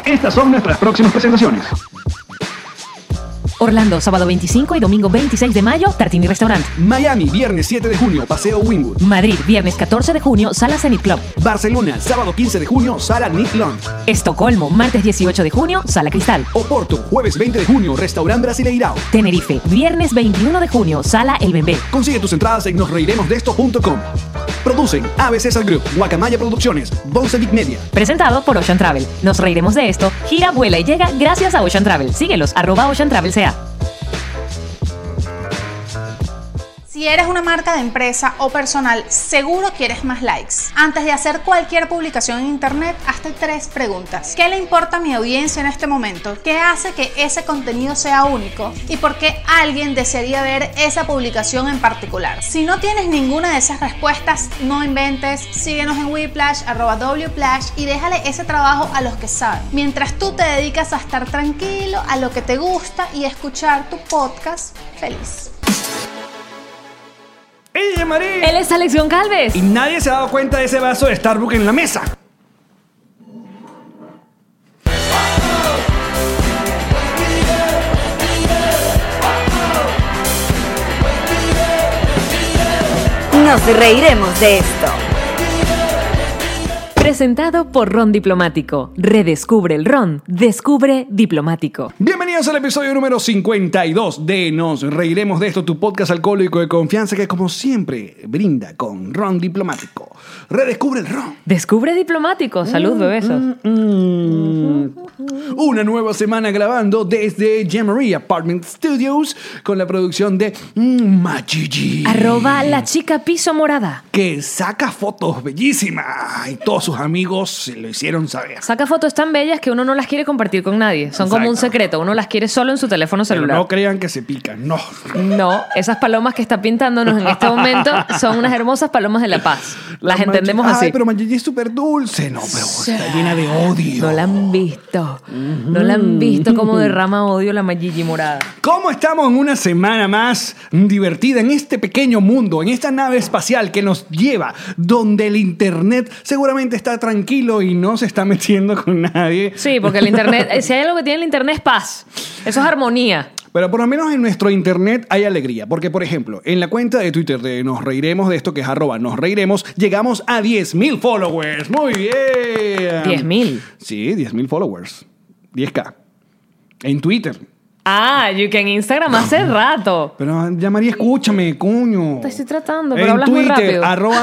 Estas son nuestras próximas presentaciones. Orlando, sábado 25 y domingo 26 de mayo, Tartini Restaurant. Miami, viernes 7 de junio, Paseo Wynwood. Madrid, viernes 14 de junio, Sala Zenith Club. Barcelona, sábado 15 de junio, Sala Nick Lounge. Estocolmo, martes 18 de junio, Sala Cristal. Oporto, jueves 20 de junio, Restaurant Brasileirao. Tenerife, viernes 21 de junio, Sala El Bembé. Consigue tus entradas en nosreiremosdeesto.com. Producen ABC Sal Group, Guacamaya Producciones, Bonsevic Media. Presentado por Ocean Travel. Nos reiremos de esto. Gira, vuela y llega gracias a Ocean Travel. Síguelos, @Ocean Travel sea. Si eres una marca de empresa o personal, seguro quieres más likes. Antes de hacer cualquier publicación en internet, hazte 3 preguntas. ¿Qué le importa a mi audiencia en este momento? ¿Qué hace que ese contenido sea único? ¿Y por qué alguien desearía ver esa publicación en particular? Si no tienes ninguna de esas respuestas, no inventes. Síguenos en Whiplash, @Wplash y déjale ese trabajo a los que saben. Mientras tú te dedicas a estar tranquilo, a lo que te gusta y a escuchar tu podcast feliz. ¡Ella, María! Él es Alexión Calves. Y nadie se ha dado cuenta de ese vaso de Starbucks en la mesa. Nos reiremos de esto. Presentado por Ron Diplomático. Redescubre el Ron. Descubre Diplomático. Bienvenidos al episodio número 52 de Nos Reiremos de Esto, tu podcast alcohólico de confianza que, como siempre, brinda con Ron Diplomático. Redescubre el Ron. Descubre Diplomático. Salud, bebesos. Una nueva semana grabando desde Jean-Marie Apartment Studios con la producción de Majiji. @La chica piso morada. Que saca fotos bellísimas y todos sus amigos se lo hicieron saber. Saca fotos tan bellas que uno no las quiere compartir con nadie. Son como un Exacto. secreto. Uno las quiere solo en su teléfono Pero celular. no crean que se pican, no. No, esas palomas que está pintándonos en este momento son unas hermosas palomas de la paz. Las entendemos así. Ay, pero Majiji es súper dulce. No, pero está llena de odio. No la han visto. No la han visto cómo derrama odio la Majiji morada. ¿Cómo estamos en una semana más divertida en este pequeño mundo, en esta nave espacial que nos lleva, donde el internet seguramente está tranquilo y no se está metiendo con nadie? Sí, porque el internet, si hay algo que tiene el internet es paz. Eso es armonía. Pero por lo menos en nuestro internet hay alegría. Porque, por ejemplo, en la cuenta de Twitter de Nos Reiremos de Esto, que es @nosreiremos, llegamos a 10,000 followers. ¡Muy bien! 10,000. Sí, 10,000 followers. 10K. En Twitter. You que en Instagram hace rato. Pero ya, María, escúchame, coño. Te estoy tratando, pero en hablas Twitter, muy rápido.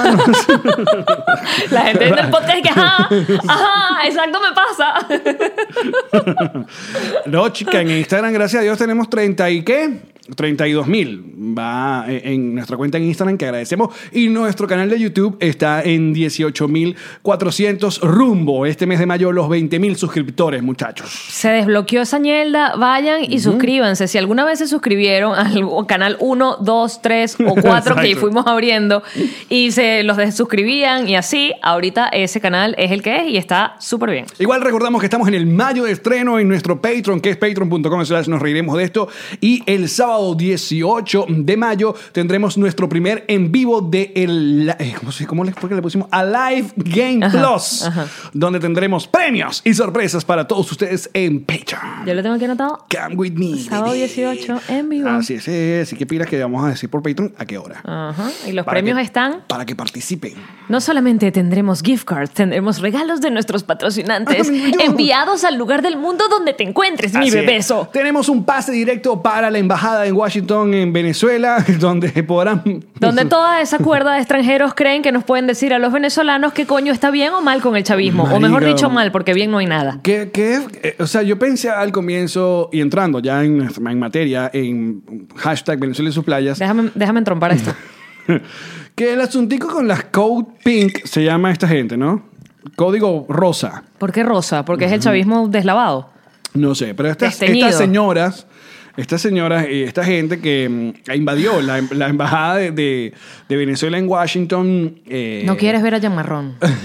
La gente viendo el podcast que exacto me pasa. No, chica, en Instagram, gracias a Dios, tenemos 30 y ¿qué? 32,000 va en nuestra cuenta en Instagram, que agradecemos, y nuestro canal de YouTube está en 18,400 rumbo este mes de mayo los 20,000 suscriptores, muchachos. Se desbloqueó esa ñelda. Vayan y suscríbanse. Si alguna vez se suscribieron al canal 1, 2, 3 o 4 que Exacto. fuimos abriendo y se los desuscribían y así, ahorita ese canal es el que es y está súper bien. Igual recordamos que estamos en el mayo de estreno en nuestro Patreon, que es patreon.com/nos reiremos de esto, y el sábado 18 de mayo tendremos nuestro primer en vivo de ¿cómo fue que le pusimos? Alive Game Plus, donde tendremos premios y sorpresas para todos ustedes en Patreon. Yo lo tengo aquí anotado. Come with me, Sábado baby. 18 en vivo. Así es, así que pilas que vamos a decir por Patreon a qué hora. Y los Para premios que- están. Para que participen. No solamente tendremos gift cards, tendremos regalos de nuestros patrocinantes enviados al lugar del mundo donde te encuentres, mi Así es. bebeso. Tenemos un pase directo para la embajada en Washington, en Venezuela, donde podrán... Donde toda esa cuerda de extranjeros creen que nos pueden decir a los venezolanos qué coño está bien o mal con el chavismo. O mejor Marica. dicho, mal, porque bien no hay nada. O sea, yo pensé al comienzo, y entrando ya en materia, en hashtag Venezuela y sus playas, Déjame entrompar esto. que el asuntico con las Code Pink se llama esta gente, ¿no? Código rosa. ¿Por qué rosa? Porque es el chavismo deslavado. No sé, pero estas Desteñido. señoras y esta gente que invadió la embajada de Venezuela en Washington. No quieres ver a Jean Marrón.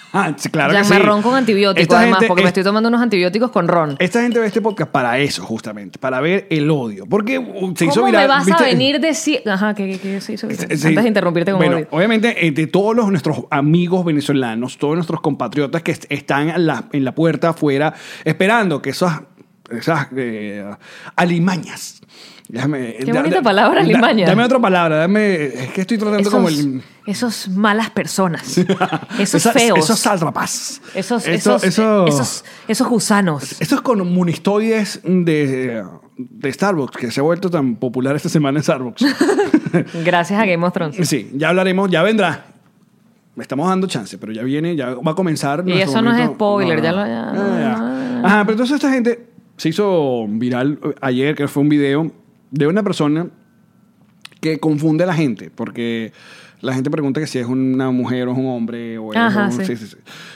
Sí, claro ya que me sí. ron con antibióticos, Esta además, gente porque me estoy tomando unos antibióticos con ron. Esta gente ve este podcast para eso, justamente, para ver el odio. Porque se hizo ¿Cómo viral. me vas ¿viste? a venir decir? Ajá, ¿qué se hizo viral? Sí. Antes de interrumpirte con bueno, odio. obviamente, de todos nuestros amigos venezolanos, todos nuestros compatriotas que están en la puerta afuera, esperando que esas alimañas. Qué bonita palabra, alimaña. Dame otra palabra, es que estoy tratando como el... Esos malas personas. Esos feos. Esos sátrapas. Esos gusanos. Esos comunistoides de Starbucks, que se ha vuelto tan popular esta semana en Starbucks. Gracias a Game of Thrones. Sí, ya hablaremos, ya vendrá. Le estamos dando chance, pero ya viene, ya va a comenzar. Y eso no es spoiler, ya lo... Ajá, pero entonces esta gente se hizo viral ayer, que fue un video de una persona que confunde a la gente, porque la gente pregunta que si es una mujer o es un hombre o es Ajá, un... sí. Sí.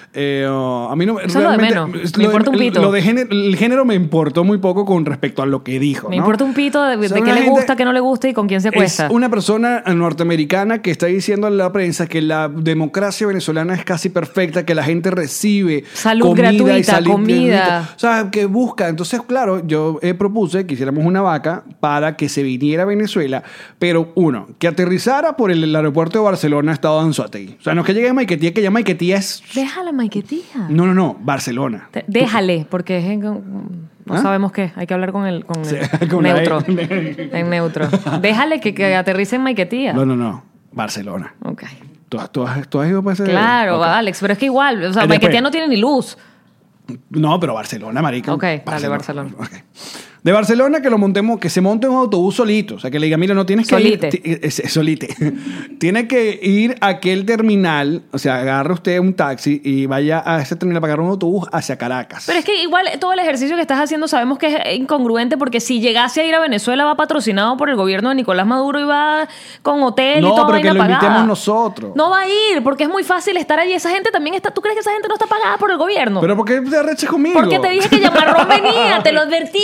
A mí no... Eso es lo de menos. Me importa un pito. Lo de el género me importó muy poco con respecto a lo que dijo, Me ¿no? importa un pito de Son qué una le gente- gusta, qué no le gusta y con quién se acuesta. Es una persona norteamericana que está diciendo a la prensa que la democracia venezolana es casi perfecta, que la gente recibe Salud comida gratuita, y salud comida. gratuita. O sea, que busca. Entonces, claro, yo propuse que hiciéramos una vaca para que se viniera a Venezuela, pero uno, que aterrizara por el aeropuerto de Barcelona, estado de Anzoátegui. O sea, no es que llegue a Maiquetía, que ya Maiquetía es... Déjala, Maiquetía. No, Barcelona. Déjale, porque es no ¿Ah? sabemos qué. Hay que hablar con el Sí, con la neutro. E. En neutro. Déjale que aterrice en Maiquetía. No. Barcelona. Ok. ¿Tú has ido para ese...? Claro, Ok. Alex, pero es que igual, o sea, Después. Maiquetía no tiene ni luz. No, pero Barcelona, marica. Ok, dale, Barcelona. Ok. De Barcelona que se monte un autobús solito. O sea, que le diga, mira, no tienes que Solite. ir... Solite. Tiene que ir a aquel terminal, o sea, agarre usted un taxi y vaya a ese terminal para agarrar un autobús hacia Caracas. Pero es que igual todo el ejercicio que estás haciendo sabemos que es incongruente porque si llegase a ir a Venezuela va patrocinado por el gobierno de Nicolás Maduro y va con hotel y No, toda pero que vaina lo pagada. invitemos nosotros. No va a ir porque es muy fácil estar allí. Esa gente también está... ¿Tú crees que esa gente no está pagada por el gobierno? ¿Pero por qué te arreches conmigo? Porque te dije que Yamarrón venía, te lo advertí.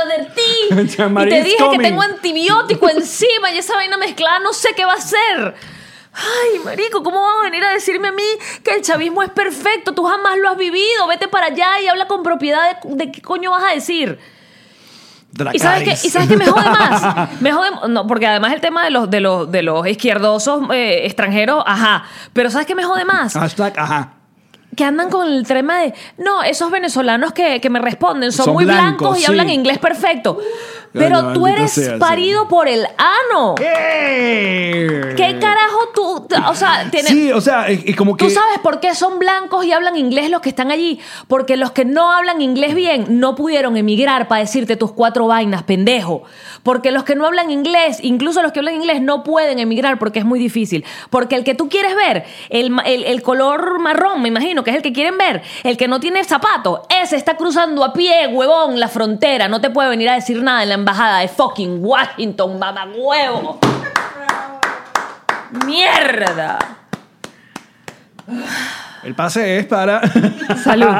Y Yamari te is dije coming. que tengo antibiótico encima y esa vaina mezclada no sé qué va a hacer. Ay, marico, ¿cómo vas a venir a decirme a mí que el chavismo es perfecto? Tú jamás lo has vivido. Vete para allá y habla con propiedad de qué coño vas a decir. ¿Y sabes qué me jode más? Me jode, no, porque además el tema de los izquierdosos extranjeros, ajá. Pero ¿sabes qué me jode más? Hashtag, ajá. Que andan con el tema de, no, esos venezolanos que me responden son, Son muy blancos blancos, y sí. hablan inglés perfecto. Pero no, tú maldito eres sea, sí. parido por el ano. ¿Qué carajo tú? O sea, tienes... Sí, o sea, y como que... ¿Tú sabes por qué son blancos y hablan inglés los que están allí? Porque los que no hablan inglés bien no pudieron emigrar para decirte tus 4 vainas, pendejo. Porque los que no hablan inglés, incluso los que hablan inglés, no pueden emigrar porque es muy difícil. Porque el que tú quieres ver, el color marrón, me imagino, que es el que quieren ver, el que no tiene zapato, ese está cruzando a pie, huevón, la frontera. No te puede venir a decir nada en la embajada de fucking Washington, mamahuevo. ¡Mierda! El pase es para... Salud.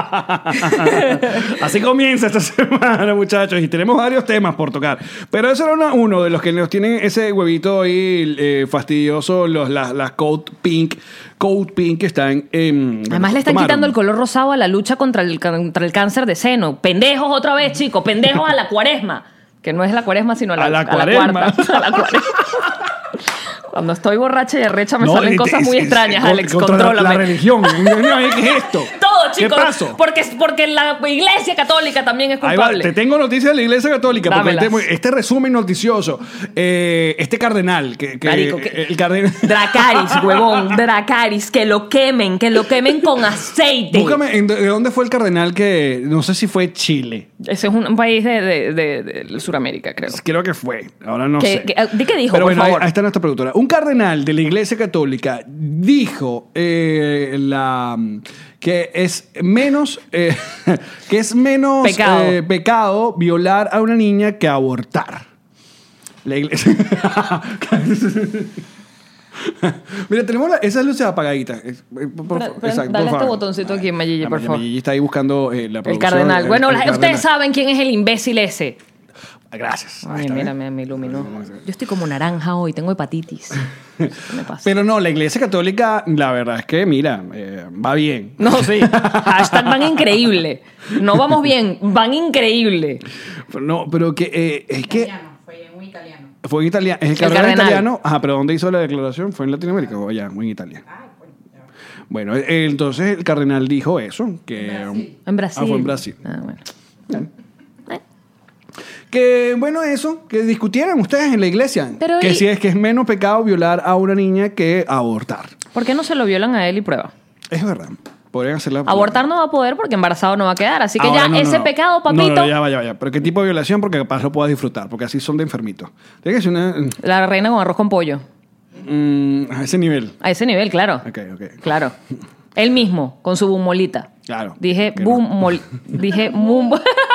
Así comienza esta semana, muchachos. Y tenemos varios temas por tocar. Pero eso era uno de los que nos tienen ese huevito ahí fastidioso, las Code Pink que están... Además le están quitando el color rosado a la lucha contra el cáncer de seno. Pendejos otra vez, chicos. Pendejos a la cuaresma. Que no es la cuaresma, sino a la cuaresma. cuarta. A la cuaresma. Cuando estoy borracha y arrecha me salen cosas muy extrañas, Alex. Contra Contrólame. la religión. ¿Qué es esto? Todo, chicos. ¿Qué pasó? Porque la Iglesia Católica también es Ahí va, culpable. te tengo noticias de la Iglesia Católica. Porque Dámelas. este resumen noticioso, este cardenal, Marico, el cardenal... Dracaris, huevón, Dracaris, que lo quemen con aceite. Búscame, ¿de dónde fue el cardenal que... No sé si fue Chile. Ese es un país de Sudamérica, creo. Creo que fue. Ahora no sé. ¿De qué dijo, Pero por bueno, favor? ahí está nuestra productora. Un cardenal de la Iglesia Católica dijo que es menos pecado violar a una niña que abortar. La Iglesia. Mira, tenemos esas luces apagaditas. Dale este botoncito aquí en Mayille, por favor. Mayille está ahí buscando la producción. El cardenal. Bueno, el cardenal. ustedes saben quién es el imbécil ese. Gracias. Ahí Ay, está, mira, ¿ves? me iluminó. Yo estoy como naranja hoy, tengo hepatitis. ¿Qué me pasa? Pero no, la Iglesia Católica, la verdad es que, mira, va bien. No, sí. Hashtag van increíble. No vamos bien, van increíble. No, pero que es que... Fue un italiano. Fue en Italia. Es el cardenal italiano. Ajá, pero ¿dónde hizo la declaración? ¿Fue en Latinoamérica o allá? O en Italia. Bueno, entonces el cardenal dijo eso. Que, En Brasil. Ah, fue en Brasil. Ah, bueno. Que bueno, eso, que discutieran ustedes en la iglesia. Pero que y- si es que es menos pecado violar a una niña que abortar. ¿Por qué no se lo violan a él y prueba? Es verdad. Podrían hacerla. Abortar no va a poder porque embarazado no va a quedar. Así que Ahora, ya no, ese no. pecado, papito, No, ya va. Pero ¿qué tipo de violación? Porque capaz lo puedas disfrutar. Porque así son de enfermitos. Tiene que ser una... la reina con arroz con pollo. a ese nivel. A ese nivel, claro. Ok. Claro. Él mismo, con su bumolita. Claro. Dije Que boom, no. dije boom.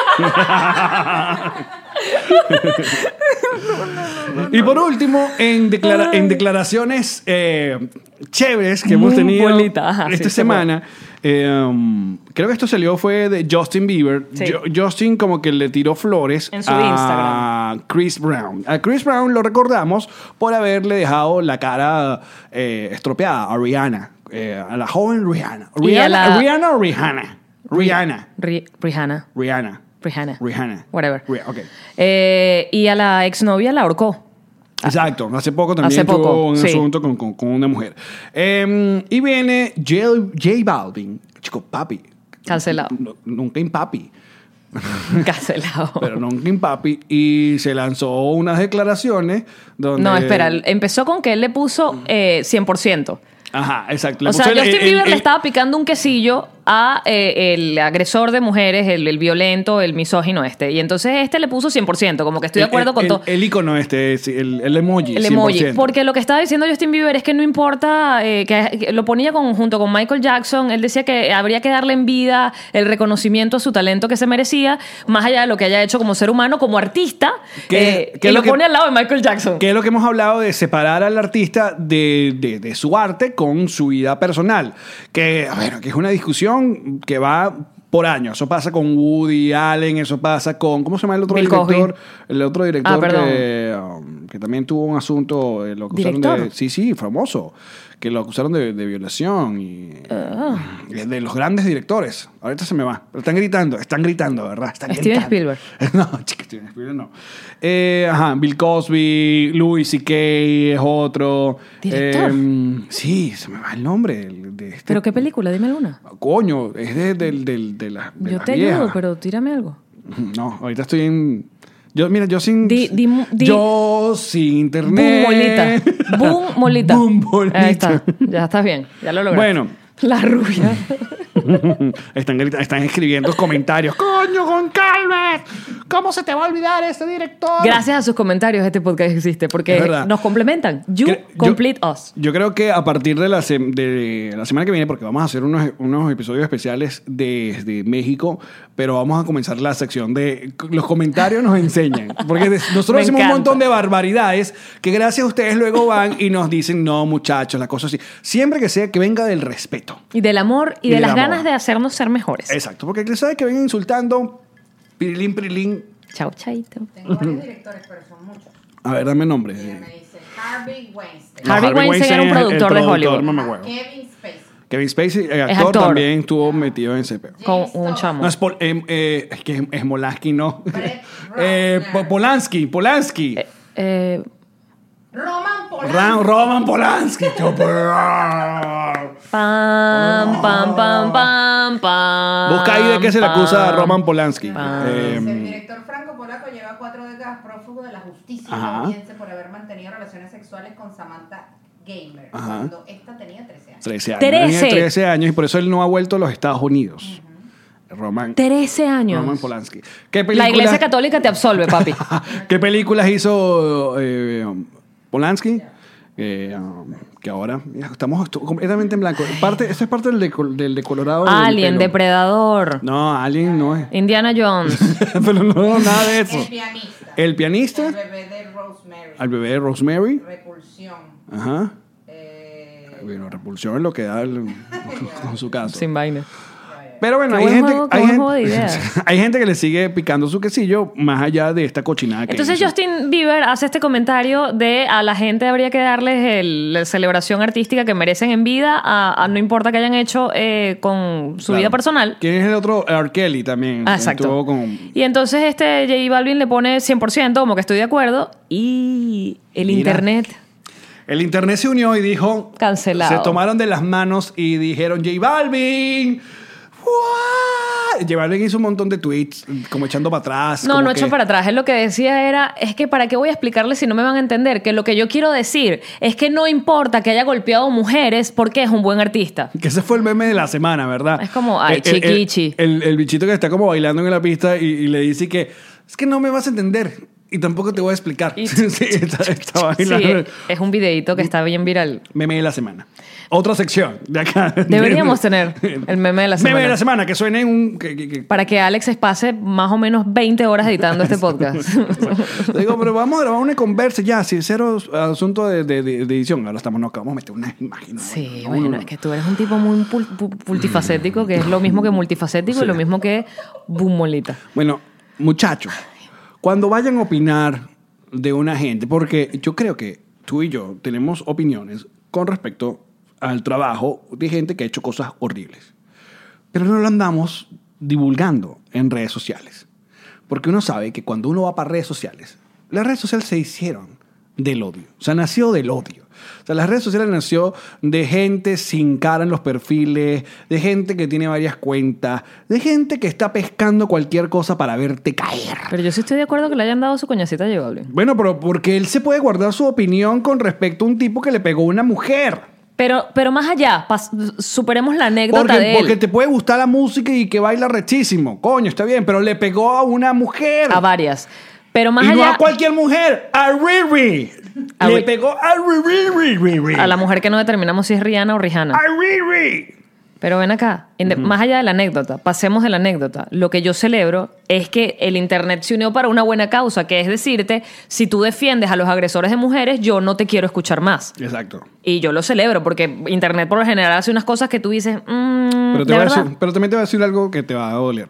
Y por último, en declaraciones chéveres que hemos tenido Bolita, ajá, esta sí, semana, creo que esto salió fue de Justin Bieber. Sí. Justin como que le tiró flores En su a Instagram. Chris Brown. A Chris Brown lo recordamos por haberle dejado la cara estropeada a Rihanna, a la joven Rihanna. Y a la- ¿Rihanna o Rihanna? Rihanna. Rihanna. Rihanna. Whatever. Ok. Y a la exnovia la ahorcó. Exacto, hace poco también Hace poco, tuvo un sí. asunto con una mujer. Y viene J Balvin, chico, papi. Cancelado. Nunca en papi, Cancelado. pero nunca en papi. Y se lanzó unas declaraciones donde... No, espera. Empezó con que él le puso 100%. Ajá, exacto. Le O sea, puso Justin Bieber le estaba picando un quesillo a el agresor de mujeres, el violento, el misógino este. Y entonces le puso 100%, como que estoy de acuerdo con todo. El icono sí, el emoji. El emoji. 100%. Porque lo que estaba diciendo Justin Bieber es que no importa, que lo ponía junto con Michael Jackson. Él decía que habría que darle en vida el reconocimiento a su talento que se merecía, más allá de lo que haya hecho como ser humano, como artista. ¿Qué Que es lo lo que- pone al lado de Michael Jackson. Que es lo que hemos hablado de separar al artista de su arte con su vida personal. Que, bueno, que es una discusión que va por años. Eso pasa con Woody Allen, eso pasa con... ¿Cómo se llama el otro Bill director? Cosby. El otro director perdón. que también tuvo un asunto... lo acusaron ¿Director? sí, famoso. Que lo acusaron de violación y... de los grandes directores. Ahorita se me va. Pero están gritando, ¿verdad? Están Steven gritando. Spielberg. No, chica, Steven Spielberg no. Bill Cosby, Louis C.K. es otro. ¿Director? Sí, se me va el nombre de este. ¿Pero qué película? Dime alguna. Coño, es de la Yo te ayudo, pero tírame algo. No, ahorita estoy en... Yo sin... Di- yo sin internet. Boom, molita. Boom, molita. Boom, molita. Ahí está. Ya estás bien. Ya lo lograste. Bueno. La rubia. Están escribiendo comentarios. ¡Coño, Gon Calves! ¿Cómo se te va a olvidar este director? Gracias a sus comentarios este podcast existe Es porque verdad. nos complementan. You complete us. Yo creo que a partir de la semana que viene, porque vamos a hacer unos episodios especiales desde México, pero vamos a comenzar la sección de los comentarios nos enseñan. Porque nosotros Me decimos un encanta. montón de barbaridades que gracias a ustedes luego van y nos dicen, no, muchachos, la cosa así. Siempre que sea que venga del respeto. Y del amor y, Y de del las amor. ganas de hacernos ser mejores. Exacto, porque que sabe que vengan insultando, pirilín. Chao, chaito. Tengo varios directores, pero son muchos. A ver, dame nombre. Mira, me dice Harvey Weinstein. No, Harvey Weinstein era un es el productor de Hollywood. mamahuevo. Kevin Spacey. Kevin Spacey, Es actor, actor. también estuvo metido en ese peo. Con James un Todd. chamo. No, es que es Molansky, no. Brett Ratner. Polanski. Roman Polanski. Roman Polanski. Pam, pam, pam, pam, pam. Busca ahí de qué se le acusa a pam. Roman Polanski. El director franco-polaco lleva 4 décadas prófugo de la justicia Ajá. estadounidense por haber mantenido relaciones sexuales con Samantha Gamer Ajá. cuando esta tenía 13 años. 13 años. 13. Tenía 13 años y por eso él no ha vuelto a los Estados Unidos. Roman 13 años. Polanski. ¿Qué La Iglesia películas, Católica te absolve, papi. ¿Qué películas hizo Polanski? Que ahora estamos completamente en blanco. Esto es parte del de Colorado. del Alien, pelo. Depredador, No, Alien no es. Indiana Jones. Pero no, nada de eso. El pianista. El pianista, El bebé de Rosemary. al bebé de Rosemary. Repulsión. Ajá. Bueno, repulsión es lo que da con su caso. Sin vaina. Pero bueno, Qué buen juego de ideas. hay gente que le sigue picando su quesillo más allá de esta cochinada que Entonces hizo. Justin Bieber hace este comentario de a la gente habría que darles la celebración artística que merecen en vida, a no importa que hayan hecho con su Claro. vida personal. ¿Quién es el otro? R. Kelly también. Ah, exacto. Estuvo con... Y entonces J Balvin le pone 100%, como que estoy de acuerdo. Y el Mira. internet... El internet se unió y dijo... Cancelado. Se tomaron de las manos y dijeron, J Balvin... ¡What! J Balvin hizo un montón de tweets como echando para atrás. No, como no que- echo para atrás. Él lo que decía era, es que ¿para qué voy a explicarles si no me van a entender? Que lo que yo quiero decir es que no importa que haya golpeado mujeres porque es un buen artista. Que ese fue el meme de la semana, ¿verdad? Es como, ay, El- chiquichi. El bichito que está como bailando en la pista y le dice que es que no me vas a entender y tampoco te voy a explicar. Y- Sí, está Sí, bailando. es un videíto que está bien viral. Meme de la semana. Otra sección de acá. Deberíamos tener el meme de la semana. Meme de la semana, que suene un... Para que Alex pase más o menos 20 horas editando este podcast. Digo, pero vamos a grabar una conversa ya, sin cero asunto de edición. Ahora estamos, no, acabamos de meter una imagen. Sí, bueno, es que tú eres un tipo muy multifacético, que es lo mismo que multifacético Sí. y lo mismo que bumolita. Bueno, muchachos, cuando vayan a opinar de una gente, porque yo creo que tú y yo tenemos opiniones con respecto al trabajo de gente que ha hecho cosas horribles, pero no lo andamos divulgando en redes sociales, porque uno sabe que cuando uno va para redes sociales, las redes sociales se hicieron del odio, o sea, nació del odio. O sea, las redes sociales nació de gente sin cara en los perfiles, de gente que tiene varias cuentas, de gente que está pescando cualquier cosa para verte caer. Pero yo sí estoy de acuerdo que le hayan dado su coñacita a J Balvin. Bueno, pero porque él se puede guardar su opinión con respecto a un tipo que le pegó a una mujer. Pero más allá, superemos la anécdota de él. Porque te puede gustar la música y que baila rechísimo. Coño, está bien, pero le pegó a una mujer. A varias. Pero más y allá... no a cualquier mujer, a Riri. A Le Ri- pegó a Riri. A la mujer que no determinamos si es Rihanna o Rihanna. A Riri. Pero ven acá, más allá de la anécdota, pasemos de la anécdota. Lo que yo celebro es que el internet se unió para una buena causa, que es decirte, si tú defiendes a los agresores de mujeres, yo no te quiero escuchar más. Exacto. Y yo lo celebro, porque internet por lo general hace unas cosas que tú dices, Pero, ¿de verdad? pero también te voy a decir algo que te va a doler.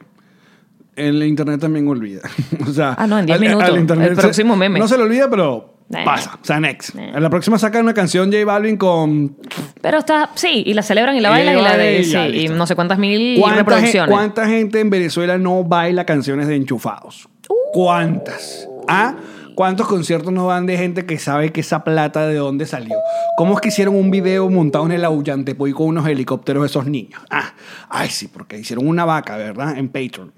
El internet también olvida. O sea, Ah, no, en 10 minutos. El próximo meme. No se le olvida, pero Eh. pasa. O sea, next. En la próxima sacan una canción J Balvin con... Pero está, sí, y la celebran y la Y bailan y, bailan y sí, ya, y listo. no sé cuántas mil ¿Cuánta reproducciones. ¿Cuánta gente en Venezuela no baila canciones de enchufados? ¿Cuántas? ¿Ah? ¿Cuántos conciertos no van de gente que sabe que esa plata de dónde salió? ¿Cómo es que hicieron un video montado en el Aullantepoy con unos helicópteros de esos niños? Ah, ay, sí, porque hicieron una vaca, ¿verdad? En Patreon.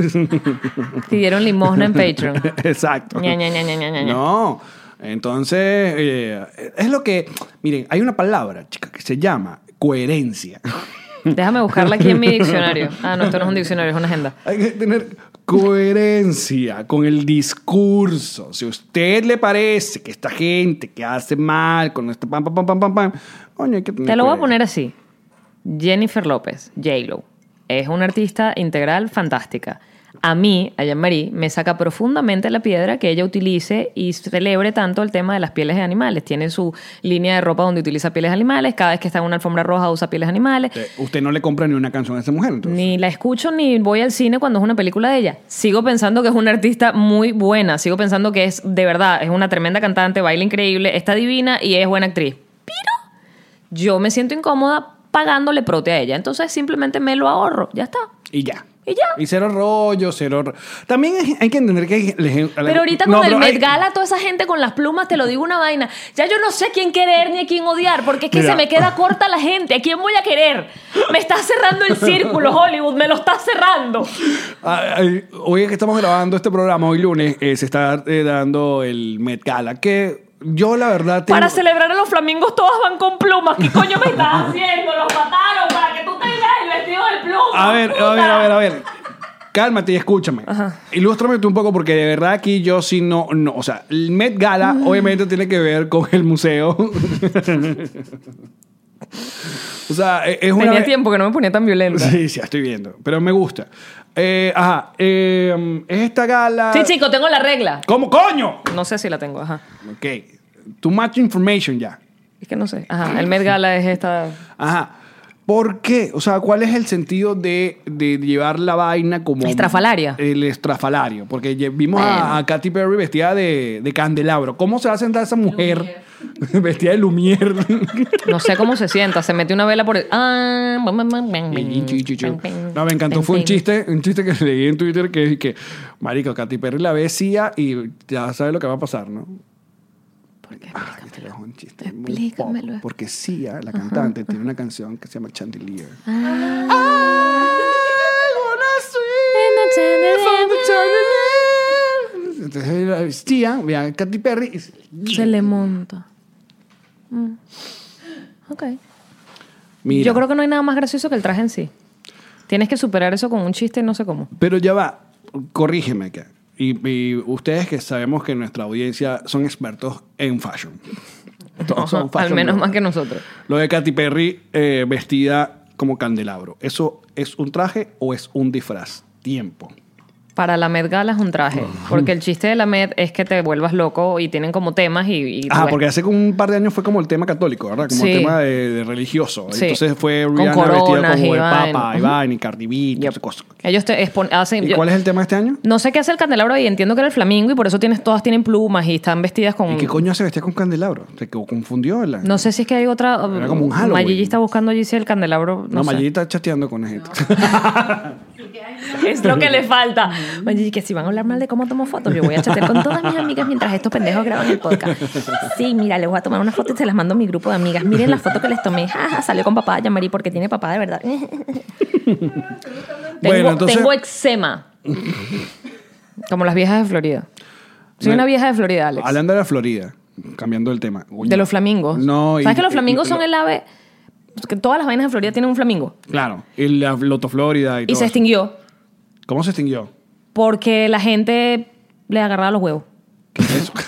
Pidieron limosna en Patreon. Exacto. Ña, ña, ña, ña, ña, ña. No, entonces, es lo que... Miren, hay una palabra, chica, que se llama coherencia. Déjame buscarla aquí en mi diccionario. Ah, no, esto no es un diccionario, es una agenda. Hay que tener coherencia con el discurso. Si a usted le parece que esta gente que hace mal con este pam, coño, hay que tener Te lo voy a coherencia. poner así. Jennifer López, J-Lo, es una artista integral fantástica. A mí, a Jean-Marie, me saca profundamente la piedra que ella utilice y celebre tanto el tema de las pieles de animales. Tiene su línea de ropa donde utiliza pieles de animales. Cada vez que está en una alfombra roja usa pieles de animales. Usted no le compra ni una canción a esa mujer, entonces. Ni la escucho ni voy al cine cuando es una película de ella. Sigo pensando que es una artista muy buena. Sigo pensando que es, de verdad, es una tremenda cantante, baila increíble, está divina y es buena actriz. Pero yo me siento incómoda pagándole prote a ella. Entonces simplemente me lo ahorro. Ya está. Y ya. Y ya. Y cero rollo, También hay que entender que hay... Pero ahorita No, con el pero Met hay- Gala, toda esa gente con las plumas, te lo digo una vaina. Ya yo no sé quién querer ni a quién odiar, porque es que Mira. se me queda corta la gente. ¿A quién voy a querer? Me estás cerrando el círculo, Hollywood, me lo estás cerrando. Hoy que estamos grabando este programa, hoy lunes, se está dando el Met Gala, que yo la verdad... Para celebrar a los flamingos todas van con plumas. ¿Qué coño me estás haciendo? Los mataron para que tú tengas el vestido de plumas. A ver. Cálmate y escúchame. Ilústrame tú un poco porque de verdad aquí yo sí no, o sea, el Met Gala obviamente tiene que ver con el museo. O sea, es una... Tenía tiempo que no me ponía tan violenta. Sí, ya estoy viendo, pero me gusta. Es esta gala... Sí, chico, tengo la regla. ¿Cómo coño? No sé si la tengo, ajá. Ok, too much information ya. Es que no sé. Ajá, el Met Gala es esta... Ajá. ¿Por qué? O sea, ¿cuál es el sentido de llevar la vaina como... Estrafalaria. El estrafalario. Porque vimos a Katy Perry vestida de candelabro. ¿Cómo se va a sentar esa mujer vestida de Lumière? No sé cómo se sienta. Se mete una vela por el... No, me encantó. Fue un chiste que leí en Twitter que marico, Katy Perry la besía y ya sabes lo que va a pasar, ¿no? ¿Por qué? Este es un chiste muy Explícamelo. poco, porque Sia, la cantante, tiene una canción que se llama Chandelier. Entonces la vestían, vean Katy Perry y Se le monta. Ok. mira, Yo creo que no hay nada más gracioso que el traje en sí. Tienes que superar eso con un chiste, no sé cómo. pero ya va, corrígeme acá. Y ustedes que sabemos que nuestra audiencia son expertos en fashion. Todos son Al fashion menos bloggers. más que nosotros. Lo de Katy Perry vestida como candelabro. ¿Eso es un traje o es un disfraz? Tiempo. Para la Met Gala es un traje. Porque el chiste de la Met es que te vuelvas loco y tienen como temas y Porque hace como un par de años fue como el tema católico, ¿verdad? Como Sí. el tema de religioso. Sí. Entonces fue Con Rihanna vestida coronas como y el vaina. Papa, Iván y Cardi B, y todas esas cosas. Ellos hacen... ¿Y cuál es el tema de este año? No sé qué hace el candelabro ahí. Entiendo que era el flamingo y por eso todas tienen plumas y están vestidas con... ¿Y qué coño hace vestida con candelabro? Se confundió. No sé si es que hay otra... Era como un Halloween. Mayigi está buscando allí si el candelabro... No, sé. Mayeli está chateando con la gente. Es lo que le falta. Mayigi, que si van a hablar mal de cómo tomo fotos, yo voy a chatear con todas mis amigas mientras estos pendejos graban el podcast. Sí, mira, les voy a tomar una foto y se las mando a mi grupo de amigas. Miren la foto que les tomé. Jaja, salió con papá de Yamari porque tiene papá de verdad. Bueno, entonces- Tengo eczema. Como las viejas de Florida. Soy una vieja de Florida, Alex. Hablando de la Florida, cambiando el tema. De los flamingos. No, ¿Sabes que los flamingos son el ave? Que todas las vainas de Florida tienen un flamingo. Claro, y la Loto Florida y Y todo se eso. extinguió ¿Cómo se extinguió? porque la gente le agarraba los huevos. ¿Qué es eso?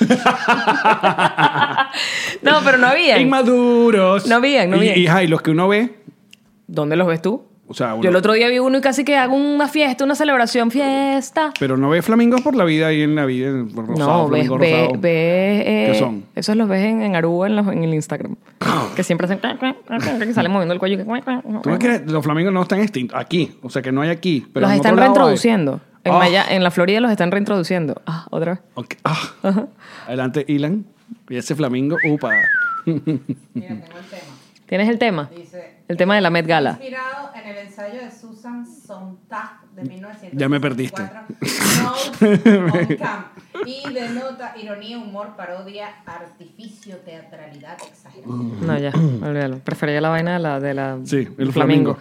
No, pero no había. Inmaduros. No habían. Y los que uno ve, ¿Dónde los ves tú? o sea, uno, Yo el otro día vi uno y casi que hago una fiesta, una celebración, fiesta. pero no ve flamingos por la vida ahí en la vida, rosado, No, ves, flamingo rosado. ¿Qué son? Esos los ves en Aruba, en el Instagram. Que siempre hacen... que salen moviendo el cuello. ¿Tú ves que los flamingos no están extintos? Aquí, o sea que no hay aquí. Pero Los en están otro lado hay. reintroduciendo. En la Florida los están reintroduciendo. Otra vez. Ok. Adelante, Ilan. Y ese flamingo, upa. Mira, tengo el tema. ¿Tienes el tema? Dice, El tema de la Met Gala. inspirado en el ensayo de Susan Sontag de 1964. Ya me perdiste. Notes on Camp. Y denota ironía, humor, parodia, artificio, teatralidad, exageración. No, ya, olvídalo. Prefería la vaina de la Sí, el flamingo.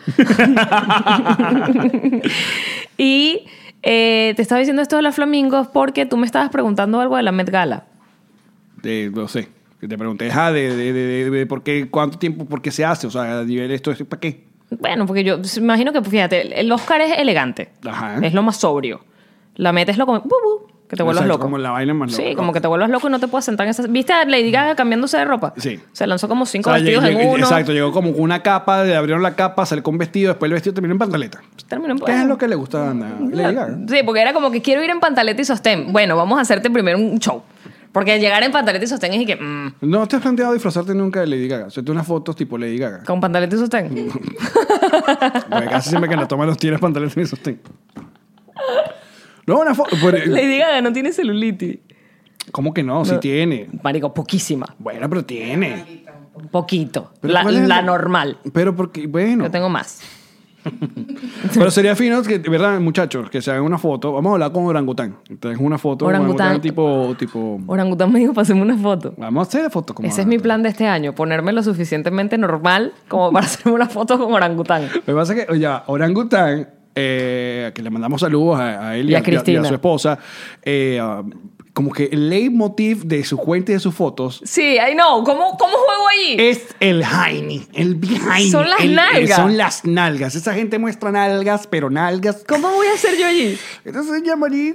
Y te estaba diciendo esto de los flamingos porque tú me estabas preguntando algo de la Met Gala. No sé. Que te pregunté, de por qué, cuánto tiempo, por qué se hace. O sea, a nivel esto, ¿para qué? Bueno, porque yo me imagino que, fíjate, el Oscar es elegante. Ajá. Es lo más sobrio. La Met es lo como... que te vuelvas Exacto, loco. como la vaina más loca. Sí, como que te vuelvas loco y no te puedas sentar en esa... ¿Viste a Lady Gaga cambiándose de ropa? Sí. Se lanzó como 5 O sea, vestidos en uno. Exacto, llegó como con una capa, le abrieron la capa, salió con un vestido, después el vestido terminó en pantaleta. Terminó en... ¿Qué es lo que le gusta a Lady Gaga? Sí, porque era como que quiero ir en pantaleta y sostén. Bueno, vamos a hacerte primero un show. Porque llegar en pantaleta y sostén es y que... ¿No te has planteado disfrazarte nunca de Lady Gaga? Hacerte unas fotos tipo Lady Gaga. con pantaleta y sostén. Porque casi siempre que la toma los tienes pantalones y sostén. No, una foto. Lady Gaga no tiene celulitis. ¿Cómo que no? Sí tiene. Marico, poquísima. Bueno, pero tiene. Un poquito. Pero La ¿cuál es la el- normal. Pero porque, bueno. Yo tengo más. Pero sería fino que, ¿verdad, muchachos? Que se hagan una foto. Vamos a hablar con orangután. Entonces, una foto. Orangután. Tipo. Orangután me dijo para hacerme una foto. Vamos a hacer la foto como Ese es mi plan de este año, ponerme lo suficientemente normal como para hacerme una foto con orangután. Lo que pasa es que, oye, orangután, que le mandamos saludos a él Y a Cristina. su esposa, como que el leitmotiv de su cuenta y de sus fotos Sí, I know. ¿Cómo juego ahí? es el Jaime, el behind. Son las nalgas. Son las nalgas. Esa gente muestra nalgas, pero nalgas. ¿Cómo voy a hacer yo allí? Entonces llamaría.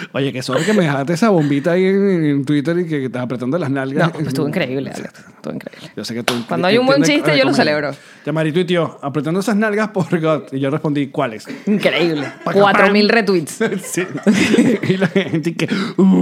Oye, que solo que me dejaste esa bombita ahí en Twitter y que estás apretando las nalgas. No, estuvo increíble, Alex. Estuvo increíble. Yo sé que tú... Cuando hay un buen chiste, yo lo celebro. Llamarito y tío, apretando esas nalgas por God. Y yo respondí, ¿cuáles? Increíble. 4.000 retweets. Sí. Y la gente que...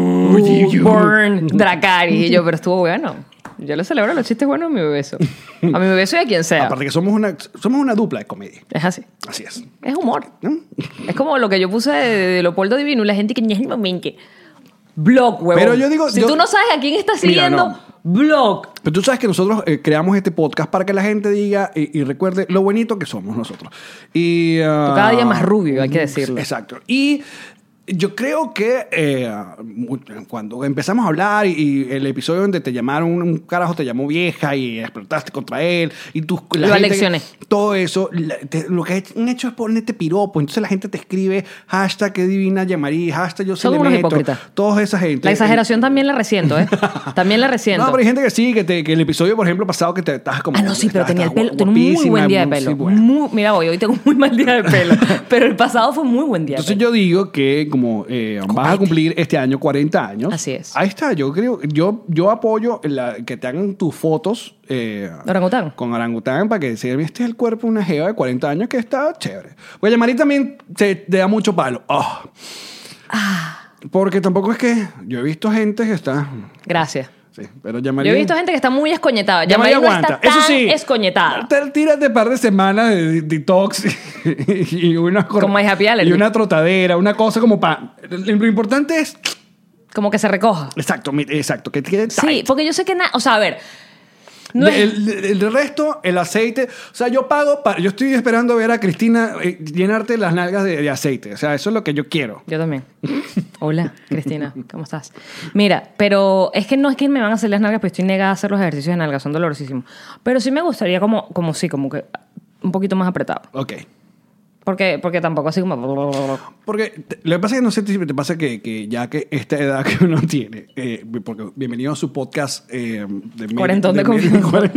Burn, Dracarys. Y yo, pero estuvo bueno. Yo le celebro los chistes buenos a mi bebeso. A mi bebeso y a quien sea. Aparte que somos una dupla de comedia. Es así. Así es. Es humor. Es como lo que yo puse de Leopoldo Divino. La gente que ni es el momento. Blog, huevón. Pero yo digo... Si tú no sabes a quién estás siguiendo, no. blog. Pero tú sabes que nosotros creamos este podcast para que la gente diga y recuerde lo bonito que somos nosotros. Y, Tú cada día más rubio, hay que decirlo. Exacto. Y yo creo que cuando empezamos a hablar y el episodio donde te llamaron, un carajo te llamó vieja y explotaste contra él y tú... Lo aleccioné. Todo eso, lo que han hecho es ponerte piropo. Entonces la gente te escribe hashtag qué divina llamaría, hashtag yo se Son le unos meto. hipócritas. Toda esa gente. La exageración también la resiento, ¿eh? También la resiento. No, pero hay gente que sí, que el episodio, por ejemplo, pasado que te estás como... Ah, no, sí, pero tenía el pelo. estás Tenía un muy guapísima, buen día de pelo. sí, bueno. Mira, hoy tengo un muy mal día de pelo. Pero el pasado fue muy buen día de Entonces pelo. yo digo que como vas a cumplir este año 40 años. Así es. Ahí está, yo creo, yo apoyo que te hagan tus fotos ¿Orangután? con orangután para que se este es el cuerpo de una jeva de 40 años que está chévere. Pues Yamari también te da mucho palo. Oh. Porque tampoco es que yo he visto gente que está... Gracias. Sí, pero Yamari... Yo he visto gente que está muy escoñetada. Yamari Yamari no aguanta. está tan Eso sí, escoñetada. Tírate un par de semanas de detox y Como My Happy Allergy. y una trotadera, una cosa como para... Lo importante es... Como que se recoja. Exacto, que quede Sí, tight. porque yo sé que... O sea, a ver... No es- El resto, el aceite. O sea, yo pago. Yo estoy esperando ver a Cristina llenarte las nalgas de aceite. O sea, eso es lo que yo quiero. Yo también. Hola, Cristina. ¿Cómo estás? Mira, pero es que no es que me van a hacer las nalgas, pero estoy negada a hacer los ejercicios de nalgas. Son dolorosísimos. Pero sí me gustaría como que un poquito más apretado. Ok. Porque tampoco así como... Porque lo que pasa es que no sé si te pasa que ya que esta edad que uno tiene, porque bienvenido a su podcast Cuarentón de confianza.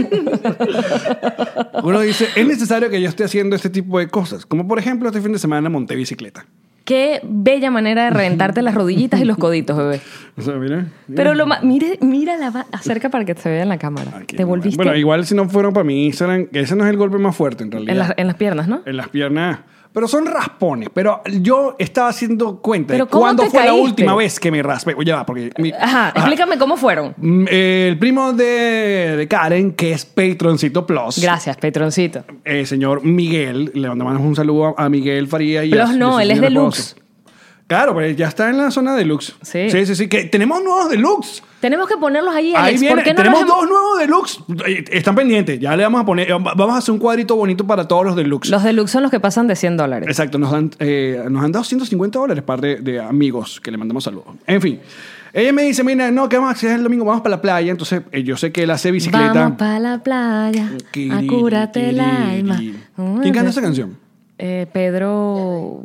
Uno dice, es necesario que yo esté haciendo este tipo de cosas. Como por ejemplo, este fin de semana monté bicicleta. Qué bella manera de reventarte las rodillitas y los coditos, bebé. O sea, mira. Pero mira acerca para que se vea en la cámara. Aquí, Te volviste Bueno, igual si no fueron para mi Instagram, que ese no es el golpe más fuerte en realidad. en las piernas, ¿no? En las piernas. Pero son raspones. Pero yo estaba haciendo cuenta de ¿Pero cómo cuándo te fue la caíste? última vez que me raspé. Oye, va, porque... Ajá, explícame cómo fueron. El primo de Karen, que es Patroncito Plus. Gracias, Petroncito. El señor Miguel. Le mandamos un saludo a Miguel Faría. Y Plus a no, su él es señora deluxe. esposa. Claro, pero ya está en la zona deluxe. Sí. Sí. Que tenemos nuevos deluxe. Tenemos que ponerlos ahí, Ahí Alex. viene, ¿Por qué no tenemos los hemos- dos nuevos deluxe. Están pendientes. Ya le vamos a poner... Vamos a hacer un cuadrito bonito para todos los deluxe. Los deluxe son los que pasan de $100. Exacto, nos han dado $150 par de amigos que le mandamos saludos. En fin, ella me dice, mira, no, ¿qué vamos a hacer el domingo? Vamos para la playa. Entonces, yo sé que él hace bicicleta. Vamos para la playa, a cúrate el alma. ¿Quién canta esa canción? Pedro...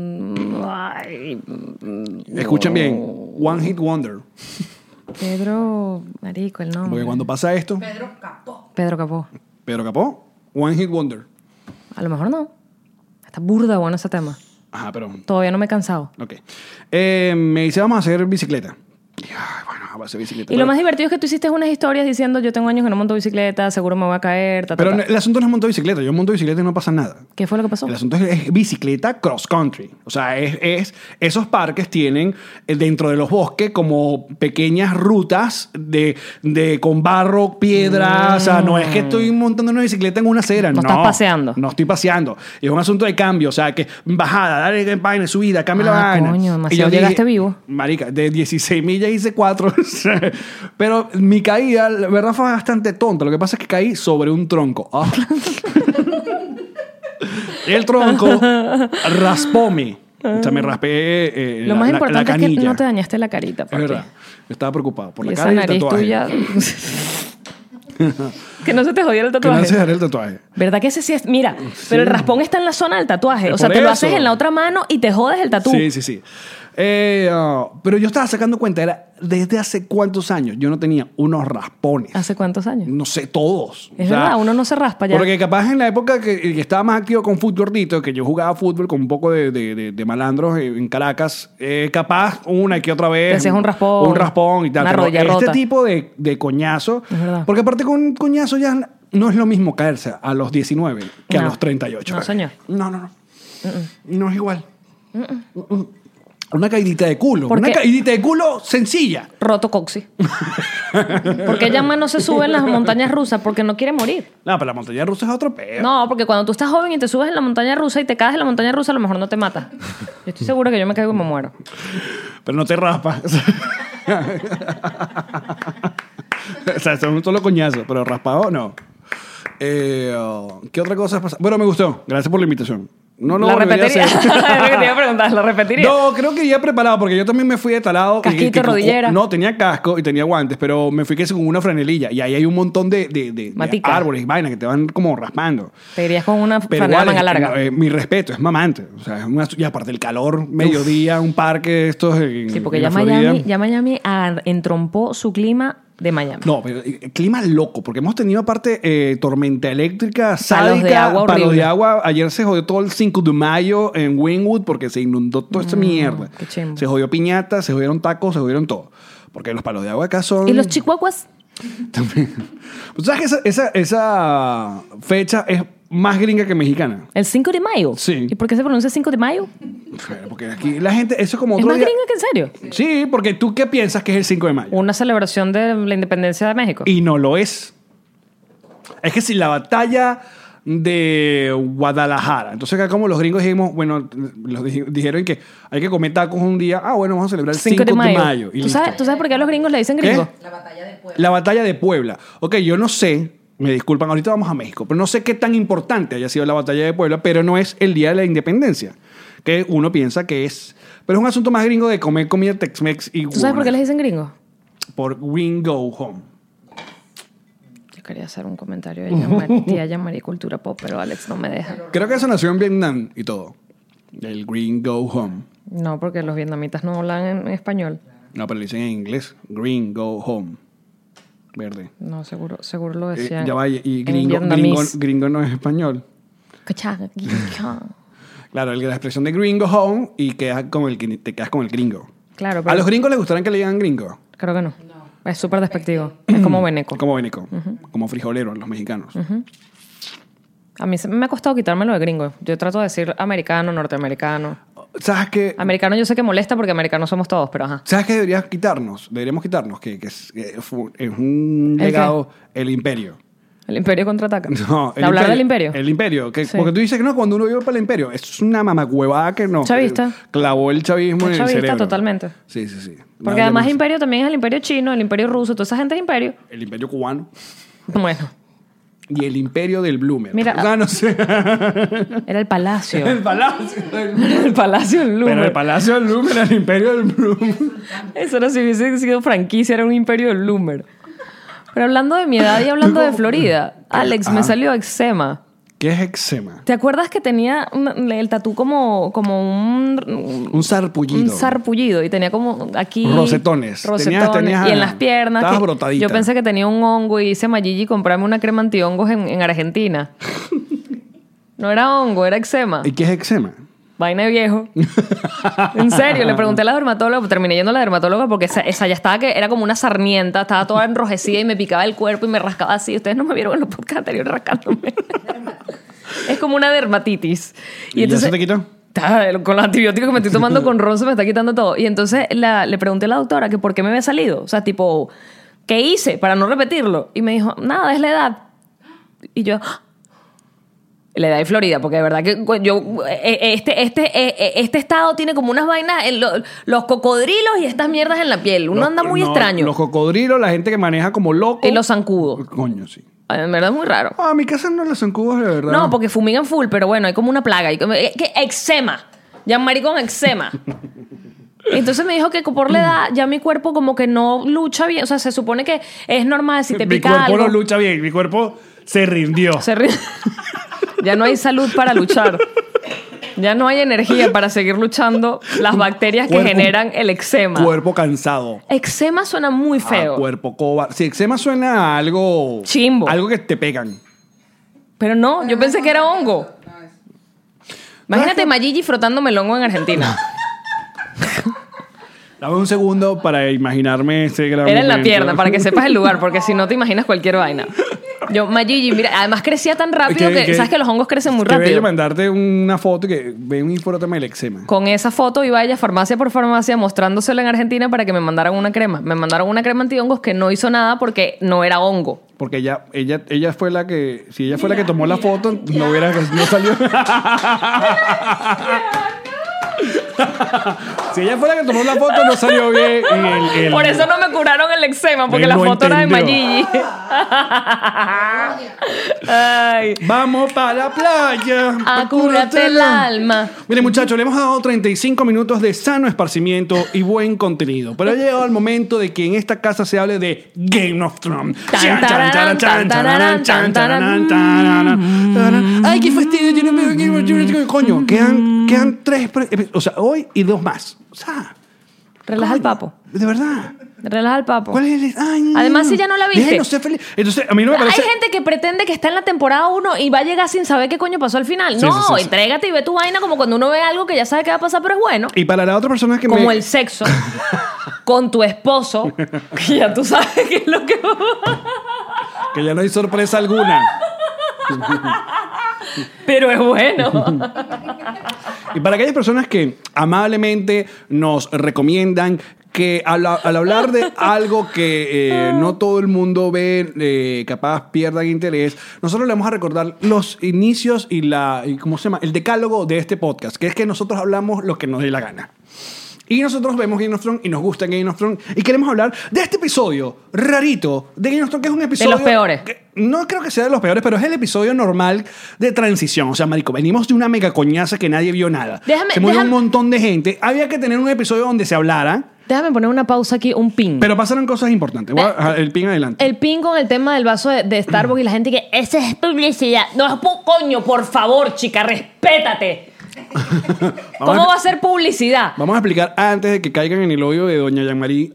Escuchen bien, One Hit Wonder. Pedro... Marico, el nombre. Porque cuando pasa esto, Pedro Capó. Pedro Capó. Pedro Capó, One Hit Wonder. A lo mejor no. Está burda bueno ese tema. Ajá, pero... Todavía no me he cansado. Ok. Me dice, vamos a hacer bicicleta. Y, ay, bueno, vamos a hacer bicicleta. Y lo más divertido es que tú hiciste unas historias diciendo yo tengo años que no monto bicicleta, seguro me voy a caer, Pero el asunto no es montar bicicleta. Yo monto bicicleta y no pasa nada. ¿Qué fue lo que pasó? El asunto es bicicleta cross country. O sea, esos parques tienen dentro de los bosques como pequeñas rutas con barro, piedra. O sea, no es que estoy montando una bicicleta en una acera. No estás paseando. No estoy paseando. Es un asunto de cambio. O sea, que bajada, dale vaina, subida, cambia la vaina. Coño, Y demasiado. yo ¿Llegaste vivo? Marica, de 16 millas hice 4. Pero mi caída, la verdad, fue bastante tonta. Lo que pasa es que caí sobre un tronco. Ah. El tronco raspóme. O sea, me raspé Lo más la importante es que canilla. no te dañaste la carita. Es papi. verdad. Yo estaba preocupado por Y la esa cara y el nariz tatuaje. tuya... Que no se te jodiera el Que tatuaje. no se hará el tatuaje. ¿Verdad que ese sí es? Mira, pero el raspón está en la zona del tatuaje. O sea, Por te lo eso. haces en la otra mano y te jodes el tatú. Sí. Pero yo estaba sacando cuenta, era desde hace cuántos años yo no tenía unos raspones. ¿Hace cuántos años? No sé, todos. Es verdad, uno no se raspa ya. Porque capaz en la época que estaba más activo con fútbol gordito, que yo jugaba fútbol con un poco de malandros en Caracas, capaz una que otra vez. Te hacías un raspón. Un raspón y tal. Una Pero rodilla este rota. tipo de coñazo. Es verdad. Porque aparte con un coñazo ya no es lo mismo caerse a los 19 que a No. los 38. No, señor. No. No es igual. Una caidita de culo. ¿Por Una qué? caidita de culo sencilla. Roto coxi. Porque ella más no se sube en las montañas rusas porque no quiere morir. No, pero la montaña rusa es otro peo. No, porque cuando tú estás joven y te subes en la montaña rusa y te caes en la montaña rusa, a lo mejor no te matas. Yo estoy segura que yo me caigo y me muero. Pero no te raspas. O sea, son un solo coñazo, pero raspado no. ¿Qué otra cosa pasa? Bueno, me gustó. Gracias por la invitación. No lo ¿La volvería a repetiría? hacer. Es lo que te iba a preguntar, ¿la repetiría? No, creo que ya preparado, porque yo también me fui de talado. Casquito, rodillera. No, tenía casco y tenía guantes, pero me fui que con una franelilla. Y ahí hay un montón de Matica. árboles y vainas que te van como raspando. Te irías con una Pero franela igual, manga larga. mi respeto, es mamante. O sea, y aparte el calor, mediodía, un parque de estos. Sí, porque en ya la Florida. Miami entrompó su clima de Miami. No, pero el clima loco, porque hemos tenido aparte tormenta eléctrica, Palos sádica, de agua palos horrible. de agua. Ayer se jodió todo el 5 de mayo en Wynwood porque se inundó toda esa mierda. qué chimbo. Se jodió piñata, se jodieron tacos, se jodieron todo. Porque los palos de agua acá son... ¿Y los chihuahuas? También. Pues, ¿sabes que esa fecha es más gringa que mexicana? ¿El 5 de mayo? Sí. ¿Y por qué se pronuncia 5 de mayo? Bueno, porque aquí la gente... Eso es como ¿Es otro más día... gringa que en serio? Sí, porque tú ¿qué piensas que es el 5 de mayo? Una celebración de la independencia de México. Y no lo es. Es que si la batalla de Guadalajara. Entonces acá como los gringos dijimos, bueno, dijeron que hay que comer tacos un día. Ah, bueno, vamos a celebrar el 5 de mayo. Y ¿Tú listo. sabes por qué a los gringos le dicen ¿Qué? gringo? La batalla de Puebla. La batalla de Puebla. Ok, yo no sé, me disculpan, ahorita vamos a México, pero no sé qué tan importante haya sido la batalla de Puebla, pero no es el Día de la Independencia, que uno piensa que es. Pero es un asunto más gringo de comer comida Tex-Mex y ¿Tú sabes por qué les dicen gringo? Por Win Go Home. Yo quería hacer un comentario de tía Yamari Cultura Pop, pero Alex no me deja. Creo que eso nació en Vietnam y todo. El Green Go Home. No, porque los vietnamitas no hablan en español. No, pero lo dicen en inglés. Green Go Home. Verde. No, seguro lo decían. Ya va, y en gringo vietnamés. gringo no es español. Cachaga, guicha. Claro, la expresión de Green Go Home y te quedas con el gringo. Claro, ¿A pero los gringos les gustarán que le digan gringo? creo que no. Es súper despectivo. Es como beneco. Como bénico. Como frijolero los mexicanos. A mí me ha costado quitármelo de gringo. Yo trato de decir americano, norteamericano. ¿Sabes qué? Americano yo sé que molesta porque americanos somos todos, pero ajá. ¿Sabes qué deberíamos quitarnos? Que es un ¿El legado, el imperio. El imperio contraataca. No, Hablar del imperio. El imperio. Sí. Porque tú dices que no, cuando uno vive para el imperio, eso es una mamacuevada que no. Chavista. Clavó el chavismo en el Chavista, cerebro. totalmente. Sí. Porque además imperio también es el imperio chino, el imperio ruso, toda esa gente es imperio. El imperio cubano Bueno, y el imperio del Bloomer. Mira, o sea, no sé. era el palacio. El palacio del El palacio del Pero Louvre. el palacio del Bloomer, el imperio del Bloomer. Eso era si hubiese sido franquicia, era un imperio del Lumber. Pero hablando de mi edad y hablando de Florida, Alex, me Ajá. salió eczema. ¿Qué es eczema? ¿Te acuerdas que tenía el tatú como Un sarpullido. un sarpullido y tenía como aquí Rosetones. Tenías- y en las piernas estabas que brotadita. yo pensé que tenía un hongo y hice Mayigi comprarme una crema antihongos en Argentina. No era hongo, era eczema. ¿Y qué es eczema? Vaina de viejo. En serio, le pregunté a la dermatóloga, terminé yendo a la dermatóloga porque esa ya estaba que era como una sarmienta, estaba toda enrojecida y me picaba el cuerpo y me rascaba así. Ustedes no me vieron en los podcasts anteriores rascándome. Es como una dermatitis. ¿Y ya se te quitó? Con los antibióticos que me estoy tomando con ron se me está quitando todo. Y entonces le pregunté a la doctora que por qué me había salido. O sea, tipo, ¿qué hice para no repetirlo? Y me dijo, nada, es la edad. Y yo, la edad de Florida, porque de verdad que yo este estado tiene como unas vainas en los cocodrilos y estas mierdas en la piel. Uno anda muy extraño. Los cocodrilos, la gente que maneja como loco. Y los zancudos. Coño, sí. En verdad es muy raro. Ah, mi casa no los zancudos, de verdad. No, porque fumigan full, pero bueno, hay como una plaga. ¿Qué? Eczema. Ya maricón, eczema. Entonces me dijo que por la edad ya mi cuerpo como que no lucha bien. O sea, se supone que es normal si te pica Mi cuerpo algo. no lucha bien, mi cuerpo se rindió. Ya no hay salud para luchar. Ya no hay energía para seguir luchando las bacterias que generan el eczema. Cuerpo cansado. Eczema suena muy feo. Cuerpo cobarde. Sí, eczema suena a algo... Chimbo. Algo que te pegan. Pero no, yo pensé que era hongo. Imagínate Mayigi frotándome el hongo en Argentina. Dame un segundo para imaginarme ese gran Era en la momento. pierna, para que sepas el lugar, porque si no te imaginas cualquier vaina. Yo, Mayigi, mira, además crecía tan rápido que sabes que los hongos crecen muy Qué bello rápido. mandarte una foto y que ven y frótame el eczema. Con esa foto iba ella farmacia por farmacia mostrándosela en Argentina para que me mandaran una crema. Me mandaron una crema antihongos que no hizo nada porque no era hongo. Porque ella fue la que... Si ella fue la que tomó la foto, no salió... Si ella fue la que tomó la foto, no salió bien. Por eso no me curaron el eczema, porque Él la no foto era de entendió. Mayigi. Ay. Vamos para la playa. A curarte el alma. Miren, muchachos, le hemos dado 35 minutos de sano esparcimiento y buen contenido. Pero ha llegado el momento de que en esta casa se hable de Game of Thrones. Tan, tararán, tan, tararán, tan, tararán. Ay, qué fastidio. Coño, quedan 3, o sea, hoy y 2 más. O sea, Relaja el papo. de verdad. Relaja el papo. ¿Cuál es el...? Ay, no. Además, si ya no la viste. Déjenos ser felices. Entonces, a mí no me parece... Hay gente que pretende que está en la temporada 1 y va a llegar sin saber qué coño pasó al final. Sí, No, sí. entrégate y ve tu vaina como cuando uno ve algo que ya sabe que va a pasar, pero es bueno. Y para la otra persona que Como el sexo con tu esposo, que ya tú sabes qué es lo que Que ya no hay sorpresa alguna. pero es bueno. Y para aquellas personas que amablemente nos recomiendan que al hablar de algo que no todo el mundo ve, capaz pierdan interés, nosotros le vamos a recordar los inicios y ¿cómo se llama? El decálogo de este podcast, que es que nosotros hablamos lo que nos dé la gana. Y nosotros vemos Game of Thrones y nos gusta Game of Thrones y queremos hablar de este episodio rarito de Game of Thrones, que es un episodio... los peores. No creo que sea de los peores, pero es el episodio normal de transición. O sea, marico, venimos de una mega coñaza que nadie vio nada. Se murió un montón de gente. Había que tener un episodio donde se hablara. Déjame poner una pausa aquí, un pin. Pero pasaron cosas importantes. El pin adelante. El pin con el tema del vaso de Starbucks y la gente que... Esa es publicidad. No, coño, por favor, chica, respétate. ¿Cómo va a ser publicidad? Vamos a explicar antes de que caigan en el hoyo de doña Jean-Marie.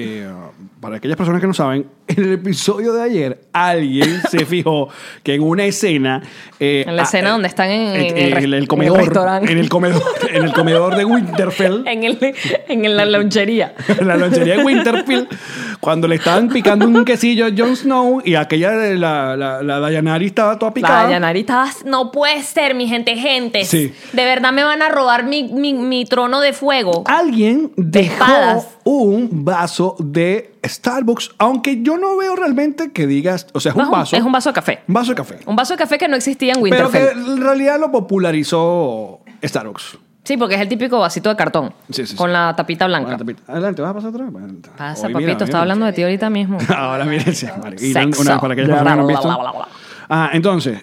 Para aquellas personas que no saben, en el episodio de ayer alguien se fijó que en una escena... en la escena donde están en el comedor, restaurante. en el comedor de Winterfell. en la lonchería. En la lonchería de Winterfell, cuando le estaban picando un quesillo a Jon Snow y aquella, la Dayanari estaba toda picada. La Dayanari estaba... No puede ser, mi gente. Sí. De verdad me van a robar mi trono de fuego. Alguien dejó espadas. un vaso de Starbucks, aunque yo no veo realmente que digas, o sea, es un vaso. Es un vaso de café. Un vaso de café. Un vaso de café que no existía en Pero Winterfell. que en realidad lo popularizó Starbucks. Sí, porque es el típico vasito de cartón. Sí. Con la tapita blanca. Bueno, tapita. Adelante, ¿vas a pasar otra vez? Pasa, Hoy, papito. mira, Estaba hablando de ti ahorita mismo. Ahora miren, sí, vale. Y Sexo. una para aquellas personas que no han visto. Entonces,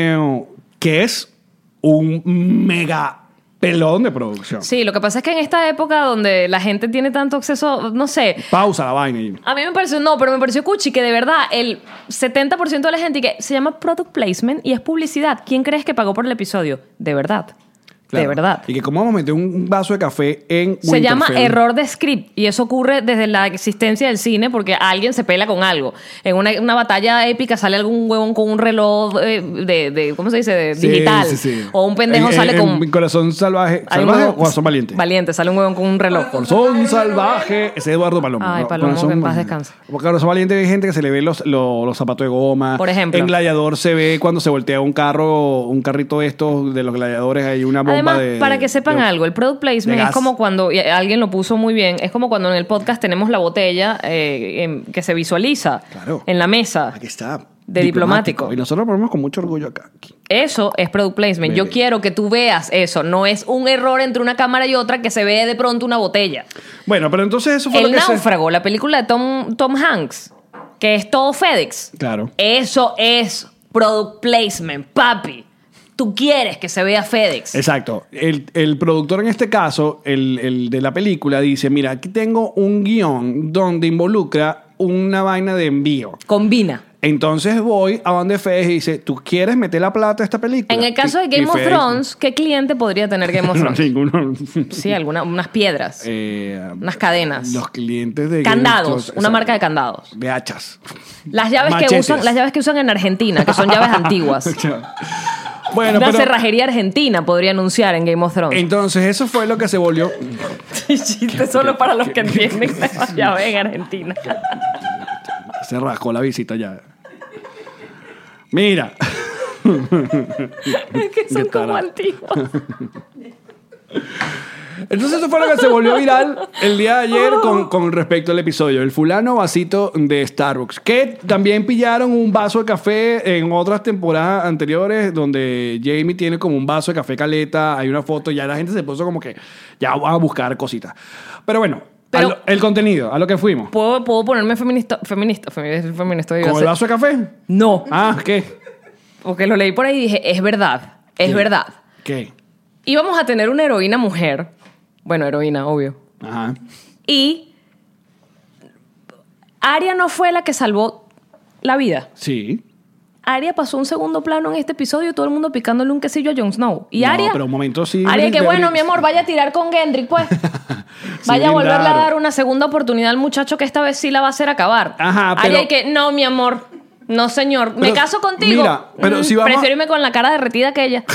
¿qué es un mega pelón de producción? Sí, lo que pasa es que en esta época donde la gente tiene tanto acceso, no sé. Pausa la vaina. A mí me pareció cuchi que de verdad el 70% de la gente que se llama product placement y es publicidad. ¿Quién crees que pagó por el episodio? De verdad. Claro. De verdad. Y que cómo vamos a meter un vaso de café en Winterfell. Se llama error de script y eso ocurre desde la existencia del cine porque alguien se pela con algo. En una batalla épica sale algún huevón con un reloj de ¿cómo se dice? Sí, digital. sí. O un pendejo sale con... Corazón salvaje. Hay un ¿Salvaje huevón- o Corazón valiente? Valiente, sale un huevón con un reloj. Corazón salvaje. Ese es Eduardo Palomo. Ay, Palomo, que en paz descanse. Porque Corazón valiente hay gente que se le ve los zapatos de goma. Por ejemplo. En Gladiador se ve cuando se voltea un carrito de estos, de los gladiadores, hay una bomba Además, de... para que sepan algo, el product placement de es gas. como cuando, y alguien lo puso muy bien, es como cuando en el podcast tenemos la botella que se visualiza Claro. en la mesa. Aquí está. De diplomático. Y nosotros lo ponemos con mucho orgullo acá. Eso es product placement. Yo Bebé. quiero que tú veas eso. No es un error entre una cámara y otra que se ve de pronto una botella. Bueno, pero entonces eso fue El lo que Náufrago, la película de Tom Hanks, que es todo FedEx. Claro. Eso es product placement, papi. tú quieres que se vea FedEx. Exacto. El productor en este caso, el de la película, dice, mira, aquí tengo un guión donde involucra una vaina de envío. Combina. Entonces voy a donde FedEx y dice, ¿tú quieres meter la plata a esta película? En el caso de Game of FedEx, Thrones, ¿qué cliente podría tener Game of Thrones? Ninguno. Sí, unas piedras, unas cadenas. Los clientes de Candados, Game of Thrones, una marca de candados. de hachas. Las llaves Machetes. que usan en Argentina, que son llaves antiguas. Bueno, Una pero cerrajería argentina podría anunciar en Game of Thrones. entonces eso fue lo que se volvió. Chiste solo para los que entienden las llaves en Argentina. Se rascó la visita ya. Mira. Es que son Qué como tarado. antiguos. Entonces eso fue lo que se volvió viral el día de ayer con respecto al episodio. El fulano vasito de Starbucks. Que también pillaron un vaso de café en otras temporadas anteriores donde Jamie tiene como un vaso de café caleta. Hay una foto. Ya la gente se puso como que ya va a buscar cositas. Pero bueno, Pero- el contenido, a lo que fuimos. ¿Puedo ponerme feminista iba a ¿Con el ser. vaso de café? No, Ah, ¿qué? porque lo leí por ahí y dije, es verdad, es verdad. ¿Qué? Íbamos a tener una heroína mujer. Bueno, heroína, obvio. Ajá. Y Arya no fue la que salvó la vida. Sí. Arya pasó un segundo plano en este episodio, todo el mundo picándole un quesillo a Jon Snow. Y No, Arya... pero un momento sí. Arya, que de- bueno, mi amor, vaya a tirar con Gendry, pues. Sí, Vaya a volverle a brindaron. dar una segunda oportunidad al muchacho que esta vez sí la va a hacer acabar. Ajá, pero- Arya, que no, mi amor. No, señor. Me Pero, caso contigo. mira, pero si vamos a- Prefiero irme con la cara derretida que ella.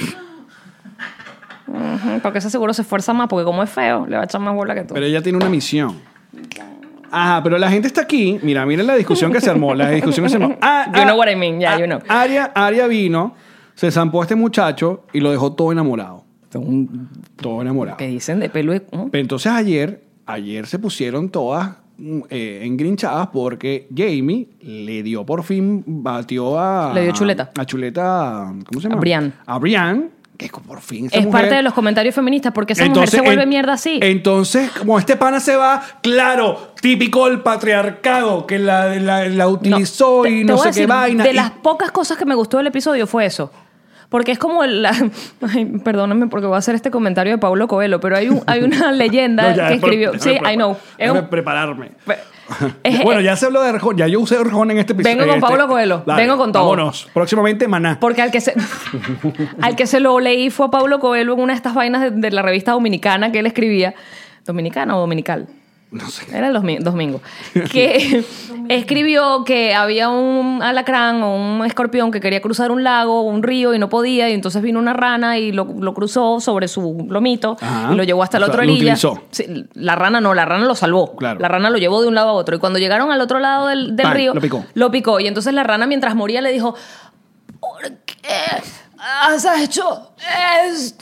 Ujú, porque ese seguro se esfuerza más, porque como es feo, le va a echar más bola que tú. Pero ella tiene una misión. Ajá, pero la gente está aquí. Mira, miren la discusión que se armó. La discusión que se armó. You know what I mean, yeah, you know. Aria vino, se zampó a este muchacho y lo dejó todo enamorado. Todo enamorado. Que dicen de pelo. Pero entonces ayer se pusieron todas engrinchadas porque Jamie le dio por fin, batió a... Le dio chuleta. A chuleta, ¿cómo se llama? A Brienne. A Brienne, que por fin esa Es mujer- parte de los comentarios feministas, porque esa mujer se vuelve mierda así. Entonces, como este pana se va, claro, típico el patriarcado que la utilizó y te no voy a sé qué decir, vaina. De y- las pocas cosas que me gustó del episodio fue eso. Porque es como ay, perdóname porque voy a hacer este comentario de Paulo Coelho, pero hay una leyenda No, ya, que escribió. déjame Sí, preparar- I know. Déjame prepararme. Es- Bueno, ya se habló de Arjona. Ya yo usé Arjona en este episodio. Vengo con Paulo Coelho. Vengo con todo. Vámonos. Próximamente, Maná. Porque al que se lo leí fue a Paulo Coelho en una de estas vainas de la revista dominicana que él escribía. ¿Dominicana o dominical? No sé. Era el domingo. Que escribió que había un alacrán o un escorpión que quería cruzar un lago o un río y no podía, y entonces vino una rana y lo cruzó sobre su lomito. Ajá. Y lo llevó hasta la O sea, otra lo orilla. utilizó. Sí, la rana lo salvó. Claro. La rana lo llevó de un lado a otro. Y cuando llegaron al otro lado del Pan, río, lo picó. Y entonces la rana, mientras moría, le dijo: ¿por qué has hecho esto?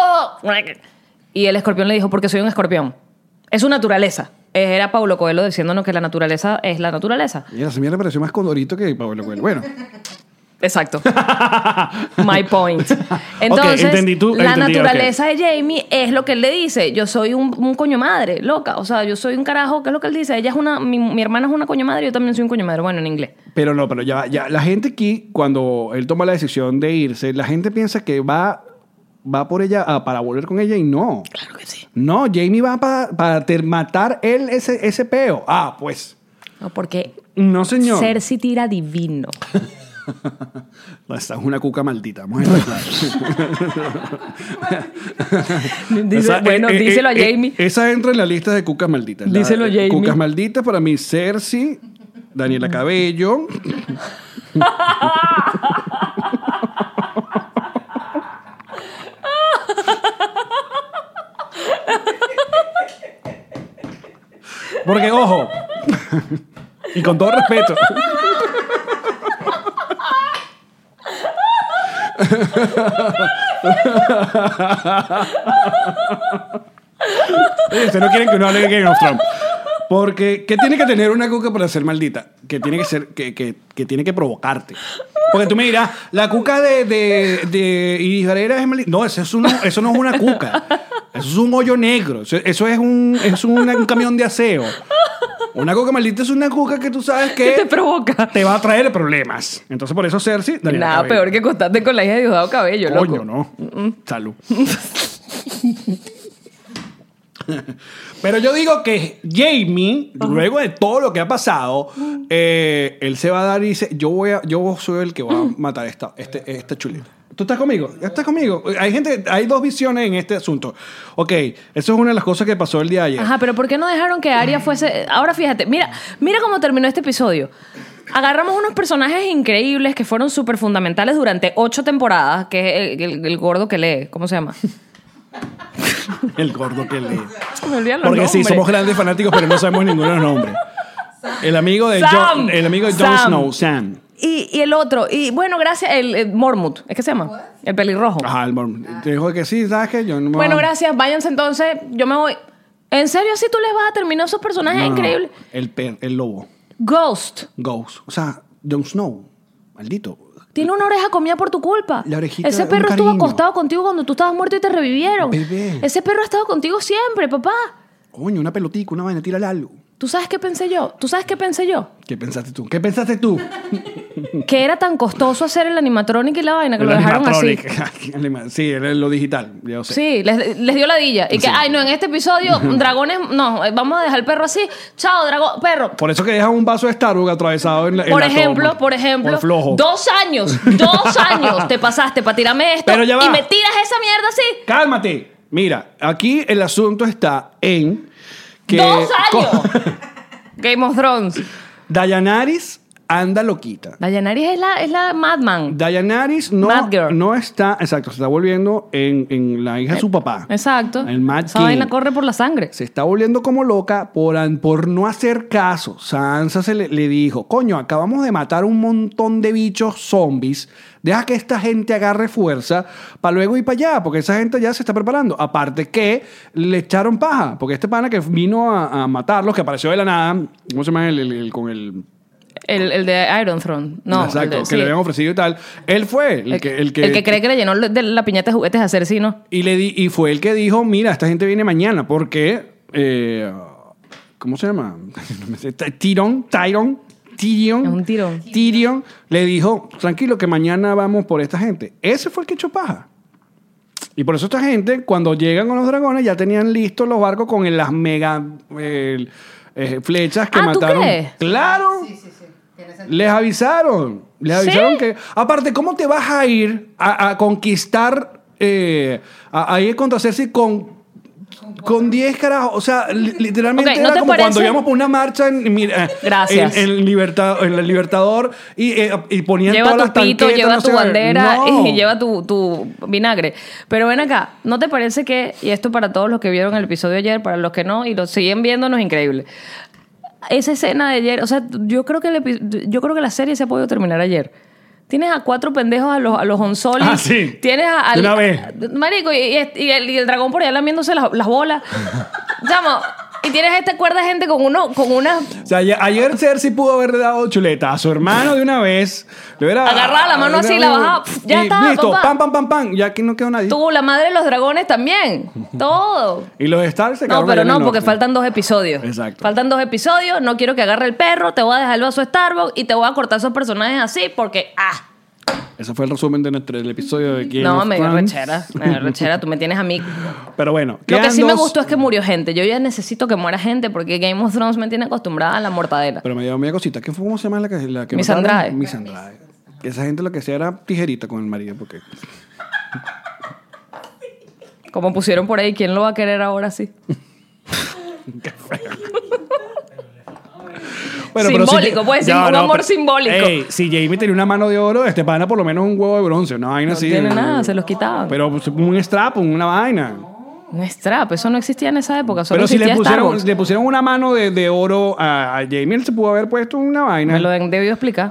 Y el escorpión le dijo: porque soy un escorpión. Es su naturaleza. Era Paulo Coelho diciéndonos que la naturaleza es la naturaleza. Mira, se me le pareció más condorito que Pablo Coelho. Bueno. Exacto. My point. Entonces, entendí tú, la entendí, naturaleza de Jamie es lo que él le dice. Yo soy un coño madre, loca. O sea, yo soy un carajo, ¿qué es lo que él dice? Ella es mi hermana es una coño madre, yo también soy un coño madre. Bueno, en inglés. Pero no, pero ya. La gente aquí, cuando él toma la decisión de irse, la gente piensa que va por ella para volver con ella y no. Claro que sí. No, Jamie va para matar él ese peo. Ah, pues. No, porque No, señor. Cersei tira divino. Esta es una cuca maldita. Vamos a estar claros. Díselo a Jamie. Esa entra en la lista de cucas malditas. Díselo a Jamie. Cucas malditas para mí, Cersei, Daniela Cabello. Porque, ojo, y con todo respeto, oye, ustedes no quieren que uno hable de Game of Thrones. Porque, ¿qué tiene que tener una cuca para ser maldita? Que tiene que ser, que tiene que provocarte. Porque tú me dirás, la cuca de Iris Valera es maldita. No, eso no es una cuca. Eso es un hoyo negro. Eso es un camión de aseo. Una cuca maldita es una cuca que tú sabes ¿Qué te que provoca? te va a traer problemas. Entonces, por eso Cersei... Daniela Nada Cabello. peor que acostarte con la hija de Diosdado Cabello, Coño, loco. no. Salud. Pero yo digo que Jamie, luego de todo lo que ha pasado, él se va a dar y dice, yo soy el que va a matar esta chulita. ¿Tú estás conmigo? ¿Ya estás conmigo? Hay dos visiones en este asunto. Ok, eso es una de las cosas que pasó el día de ayer. Ajá, pero ¿por qué no dejaron que Arya fuese...? Ahora fíjate, mira cómo terminó este episodio. Agarramos unos personajes increíbles que fueron súper fundamentales durante 8 temporadas, que es el gordo que lee. ¿Cómo se llama? El gordo que lee. Me olvidan los Porque sí, nombres. somos grandes fanáticos, pero no sabemos ninguno de los nombres. El amigo de Sam. Jon Snow, Sam. Y el otro, y bueno, gracias, el Mormont, ¿es que se llama? El pelirrojo. Ajá, te dijo que sí, ¿sabes qué? Yo no me Bueno, voy a- gracias, váyanse entonces, yo me voy. ¿En serio así tú les vas a terminar esos personajes No, increíbles? el lobo. Ghost, Ghost. O sea, Jon Snow. Maldito. tiene una oreja comida por tu culpa. La orejita Ese de un perro estuvo cariño. acostado contigo cuando tú estabas muerto y te revivieron. Bebé. Ese perro ha estado contigo siempre, papá. Coño, una pelotica, una vaina, tírale algo. ¿Tú sabes qué pensé yo? ¿Tú sabes qué pensé yo? ¿Qué pensaste tú? ¿Qué pensaste tú? Que era tan costoso hacer el animatronic y la vaina que lo dejaron así. Sí, lo digital, yo sé. Sí, les dio ladilla. Y que, Sí. ay, no, en este episodio, dragones, no, vamos a dejar el perro así. Chao, dragón, perro. Por eso que dejan un vaso de Starbucks atravesado en la Por la ejemplo, toma. por ejemplo, Por flojo. 2 años te pasaste para tirarme esto Pero ya va. y me tiras esa mierda así. Cálmate. Mira, aquí el asunto está en que... 2 años. Game of Thrones. Dayanaris anda loquita. Daenerys es la Madman. Dayanaris Mad Girl. no está... Exacto, se está volviendo en la hija de su papá. Exacto. El Mad Esa King. vaina corre por la sangre. Se está volviendo como loca por no hacer caso. Sansa le dijo, coño, acabamos de matar un montón de bichos zombies. Deja que esta gente agarre fuerza para luego ir para allá, porque esa gente ya se está preparando. Aparte que le echaron paja, porque este pana que vino a matarlos, que apareció de la nada, ¿cómo se llama? El de Iron Throne. No. Exacto, el de- que sí. le habían ofrecido y tal. Él fue el que cree que le llenó de la piñata de juguetes a Cersei, ¿no? y fue el que dijo, mira, esta gente viene mañana, porque... ¿cómo se llama? Tyrion. Es un tirón. Tyrion le dijo, tranquilo, que mañana vamos por esta gente. Ese fue el que echó paja. Y por eso esta gente, cuando llegan con los dragones, ya tenían listos los barcos con las mega flechas que Ah, ¿tú mataron. crees? claro. Sí. Tiene sentido. Les avisaron. ¿Sí? Que... Aparte, ¿cómo te vas a ir a conquistar a ir contra Cersei con 10 carajos? O sea, literalmente Ok, ¿no era te como parece? cuando íbamos por una marcha Gracias. en el Libertador y ponían Lleva todas tu las pito, tanquetas, lleva no tu sé, bandera no. y lleva tu vinagre. Pero ven acá, ¿no te parece que, y esto para todos los que vieron el episodio de ayer, para los que no y lo siguen viendo, no es increíble? Esa escena de ayer, o sea, yo creo que la serie se ha podido terminar ayer. Tienes a 4 pendejos a los Onsolis. Ah, sí. Tienes De una vez. Marico, y el dragón por allá lamiéndose las bolas. Chamo, y tienes esta cuerda de gente con una... O sea, ayer Cersei pudo haberle dado chuleta a su hermano de una vez. Le hubiera Agarraba la mano así, la bajaba, ya y está, listo, papá. pam. Ya aquí no quedó nadie. Tú, la madre de los dragones también. Todo. Y los Stark se No, quedaron pero allá en no, el porque norte. faltan 2 episodios. Exacto. Faltan 2 episodios. No quiero que agarre el perro. Te voy a dejar el vaso de Starbucks y te voy a cortar esos personajes así porque... Ese fue el resumen del episodio de Game No, of me dio Thrones. rechera. Tú me tienes a mí. Pero bueno, Lo que quedan sí me dos- gustó es que murió gente. Yo ya necesito que muera gente porque Game of Thrones me tiene acostumbrada a la mortadela. Pero me dio media cosita. ¿Cómo se llama la que Miss mataron? Andrade. Miss Andrade. Que esa gente lo que hacía era tijerita con el marido, porque... Como pusieron por ahí, ¿quién lo va a querer ahora sí? Bueno, Simbólico, puede ser un amor simbólico. Ey, si Jamie tenía una mano de oro, este pana por lo menos un huevo de bronce, una vaina No así. tiene nada, se los quitaban. Pero pues, un strap, una vaina. Un strap, eso no existía en esa época. Solo Pero si existía Starbucks. le pusieron una mano de oro a Jamie, él se pudo haber puesto una vaina. Me lo han debido explicar.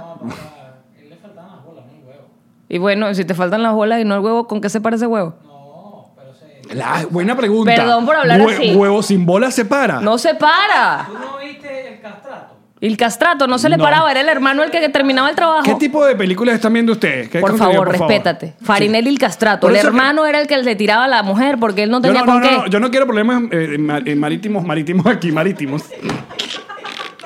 Y bueno, si te faltan las bolas y no el huevo, ¿con qué se parece huevo? Buena pregunta. Perdón por hablar así. ¿Huevo sin bola se para? ¡No se para! ¿Tú no viste el castrato? Y el castrato no se le No. paraba, era el hermano el que terminaba el trabajo. ¿Qué tipo de películas están viendo ustedes? ¿Qué Por contenido, favor, respétate. Farinelli y el castrato. Por El eso que- hermano era el que le tiraba a la mujer porque él no Yo tenía con qué. yo no quiero problemas marítimos aquí, marítimos.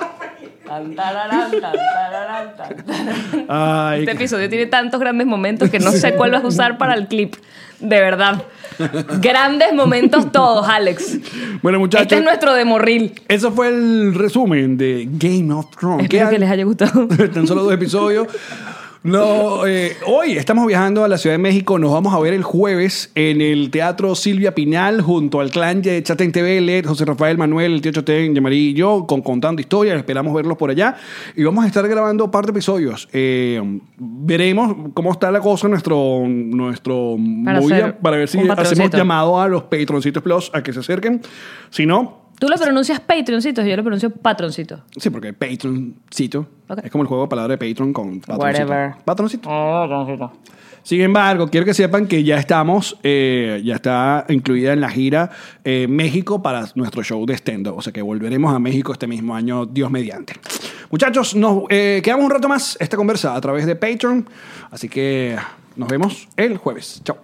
Ay, Este episodio tiene tantos grandes momentos que no sé cuál vas a usar para el clip. De verdad. Grandes momentos todos, Alex. Bueno, muchachos. Este es nuestro demorril. Eso fue el resumen de Game of Thrones. Espero que les haya gustado. Tan solo 2 episodios. No, hoy estamos viajando a la Ciudad de México. Nos vamos a ver el jueves en el Teatro Silvia Pinal junto al clan de Chatén TV, LED, José Rafael, Manuel, el tío Chatén, Yamari y yo, contando historias. Esperamos verlos por allá. Y vamos a estar grabando un par de episodios. Veremos cómo está la cosa en nuestro movida para ver si hacemos llamado a los Patroncitos Plus a que se acerquen. Si no... Tú lo pronuncias Patreoncitos, yo lo pronuncio Patroncito. Sí, porque Patroncito Okay. es como el juego de palabra de Patreon con Patroncito. Whatever. Patroncito. Patroncito. Sin embargo, quiero que sepan que ya estamos, ya está incluida en la gira México para nuestro show de stand-up. O sea que volveremos a México este mismo año, Dios mediante. Muchachos, nos quedamos un rato más esta conversa a través de Patreon. Así que nos vemos el jueves. Chao.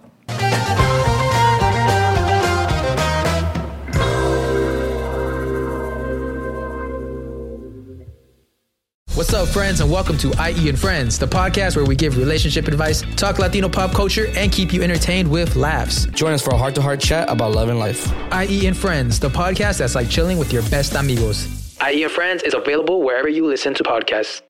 What's up, friends, and welcome to IE and Friends, the podcast where we give relationship advice, talk Latino pop culture, and keep you entertained with laughs. Join us for a heart-to-heart chat about love and life. IE and Friends, the podcast that's like chilling with your best amigos. IE and Friends is available wherever you listen to podcasts.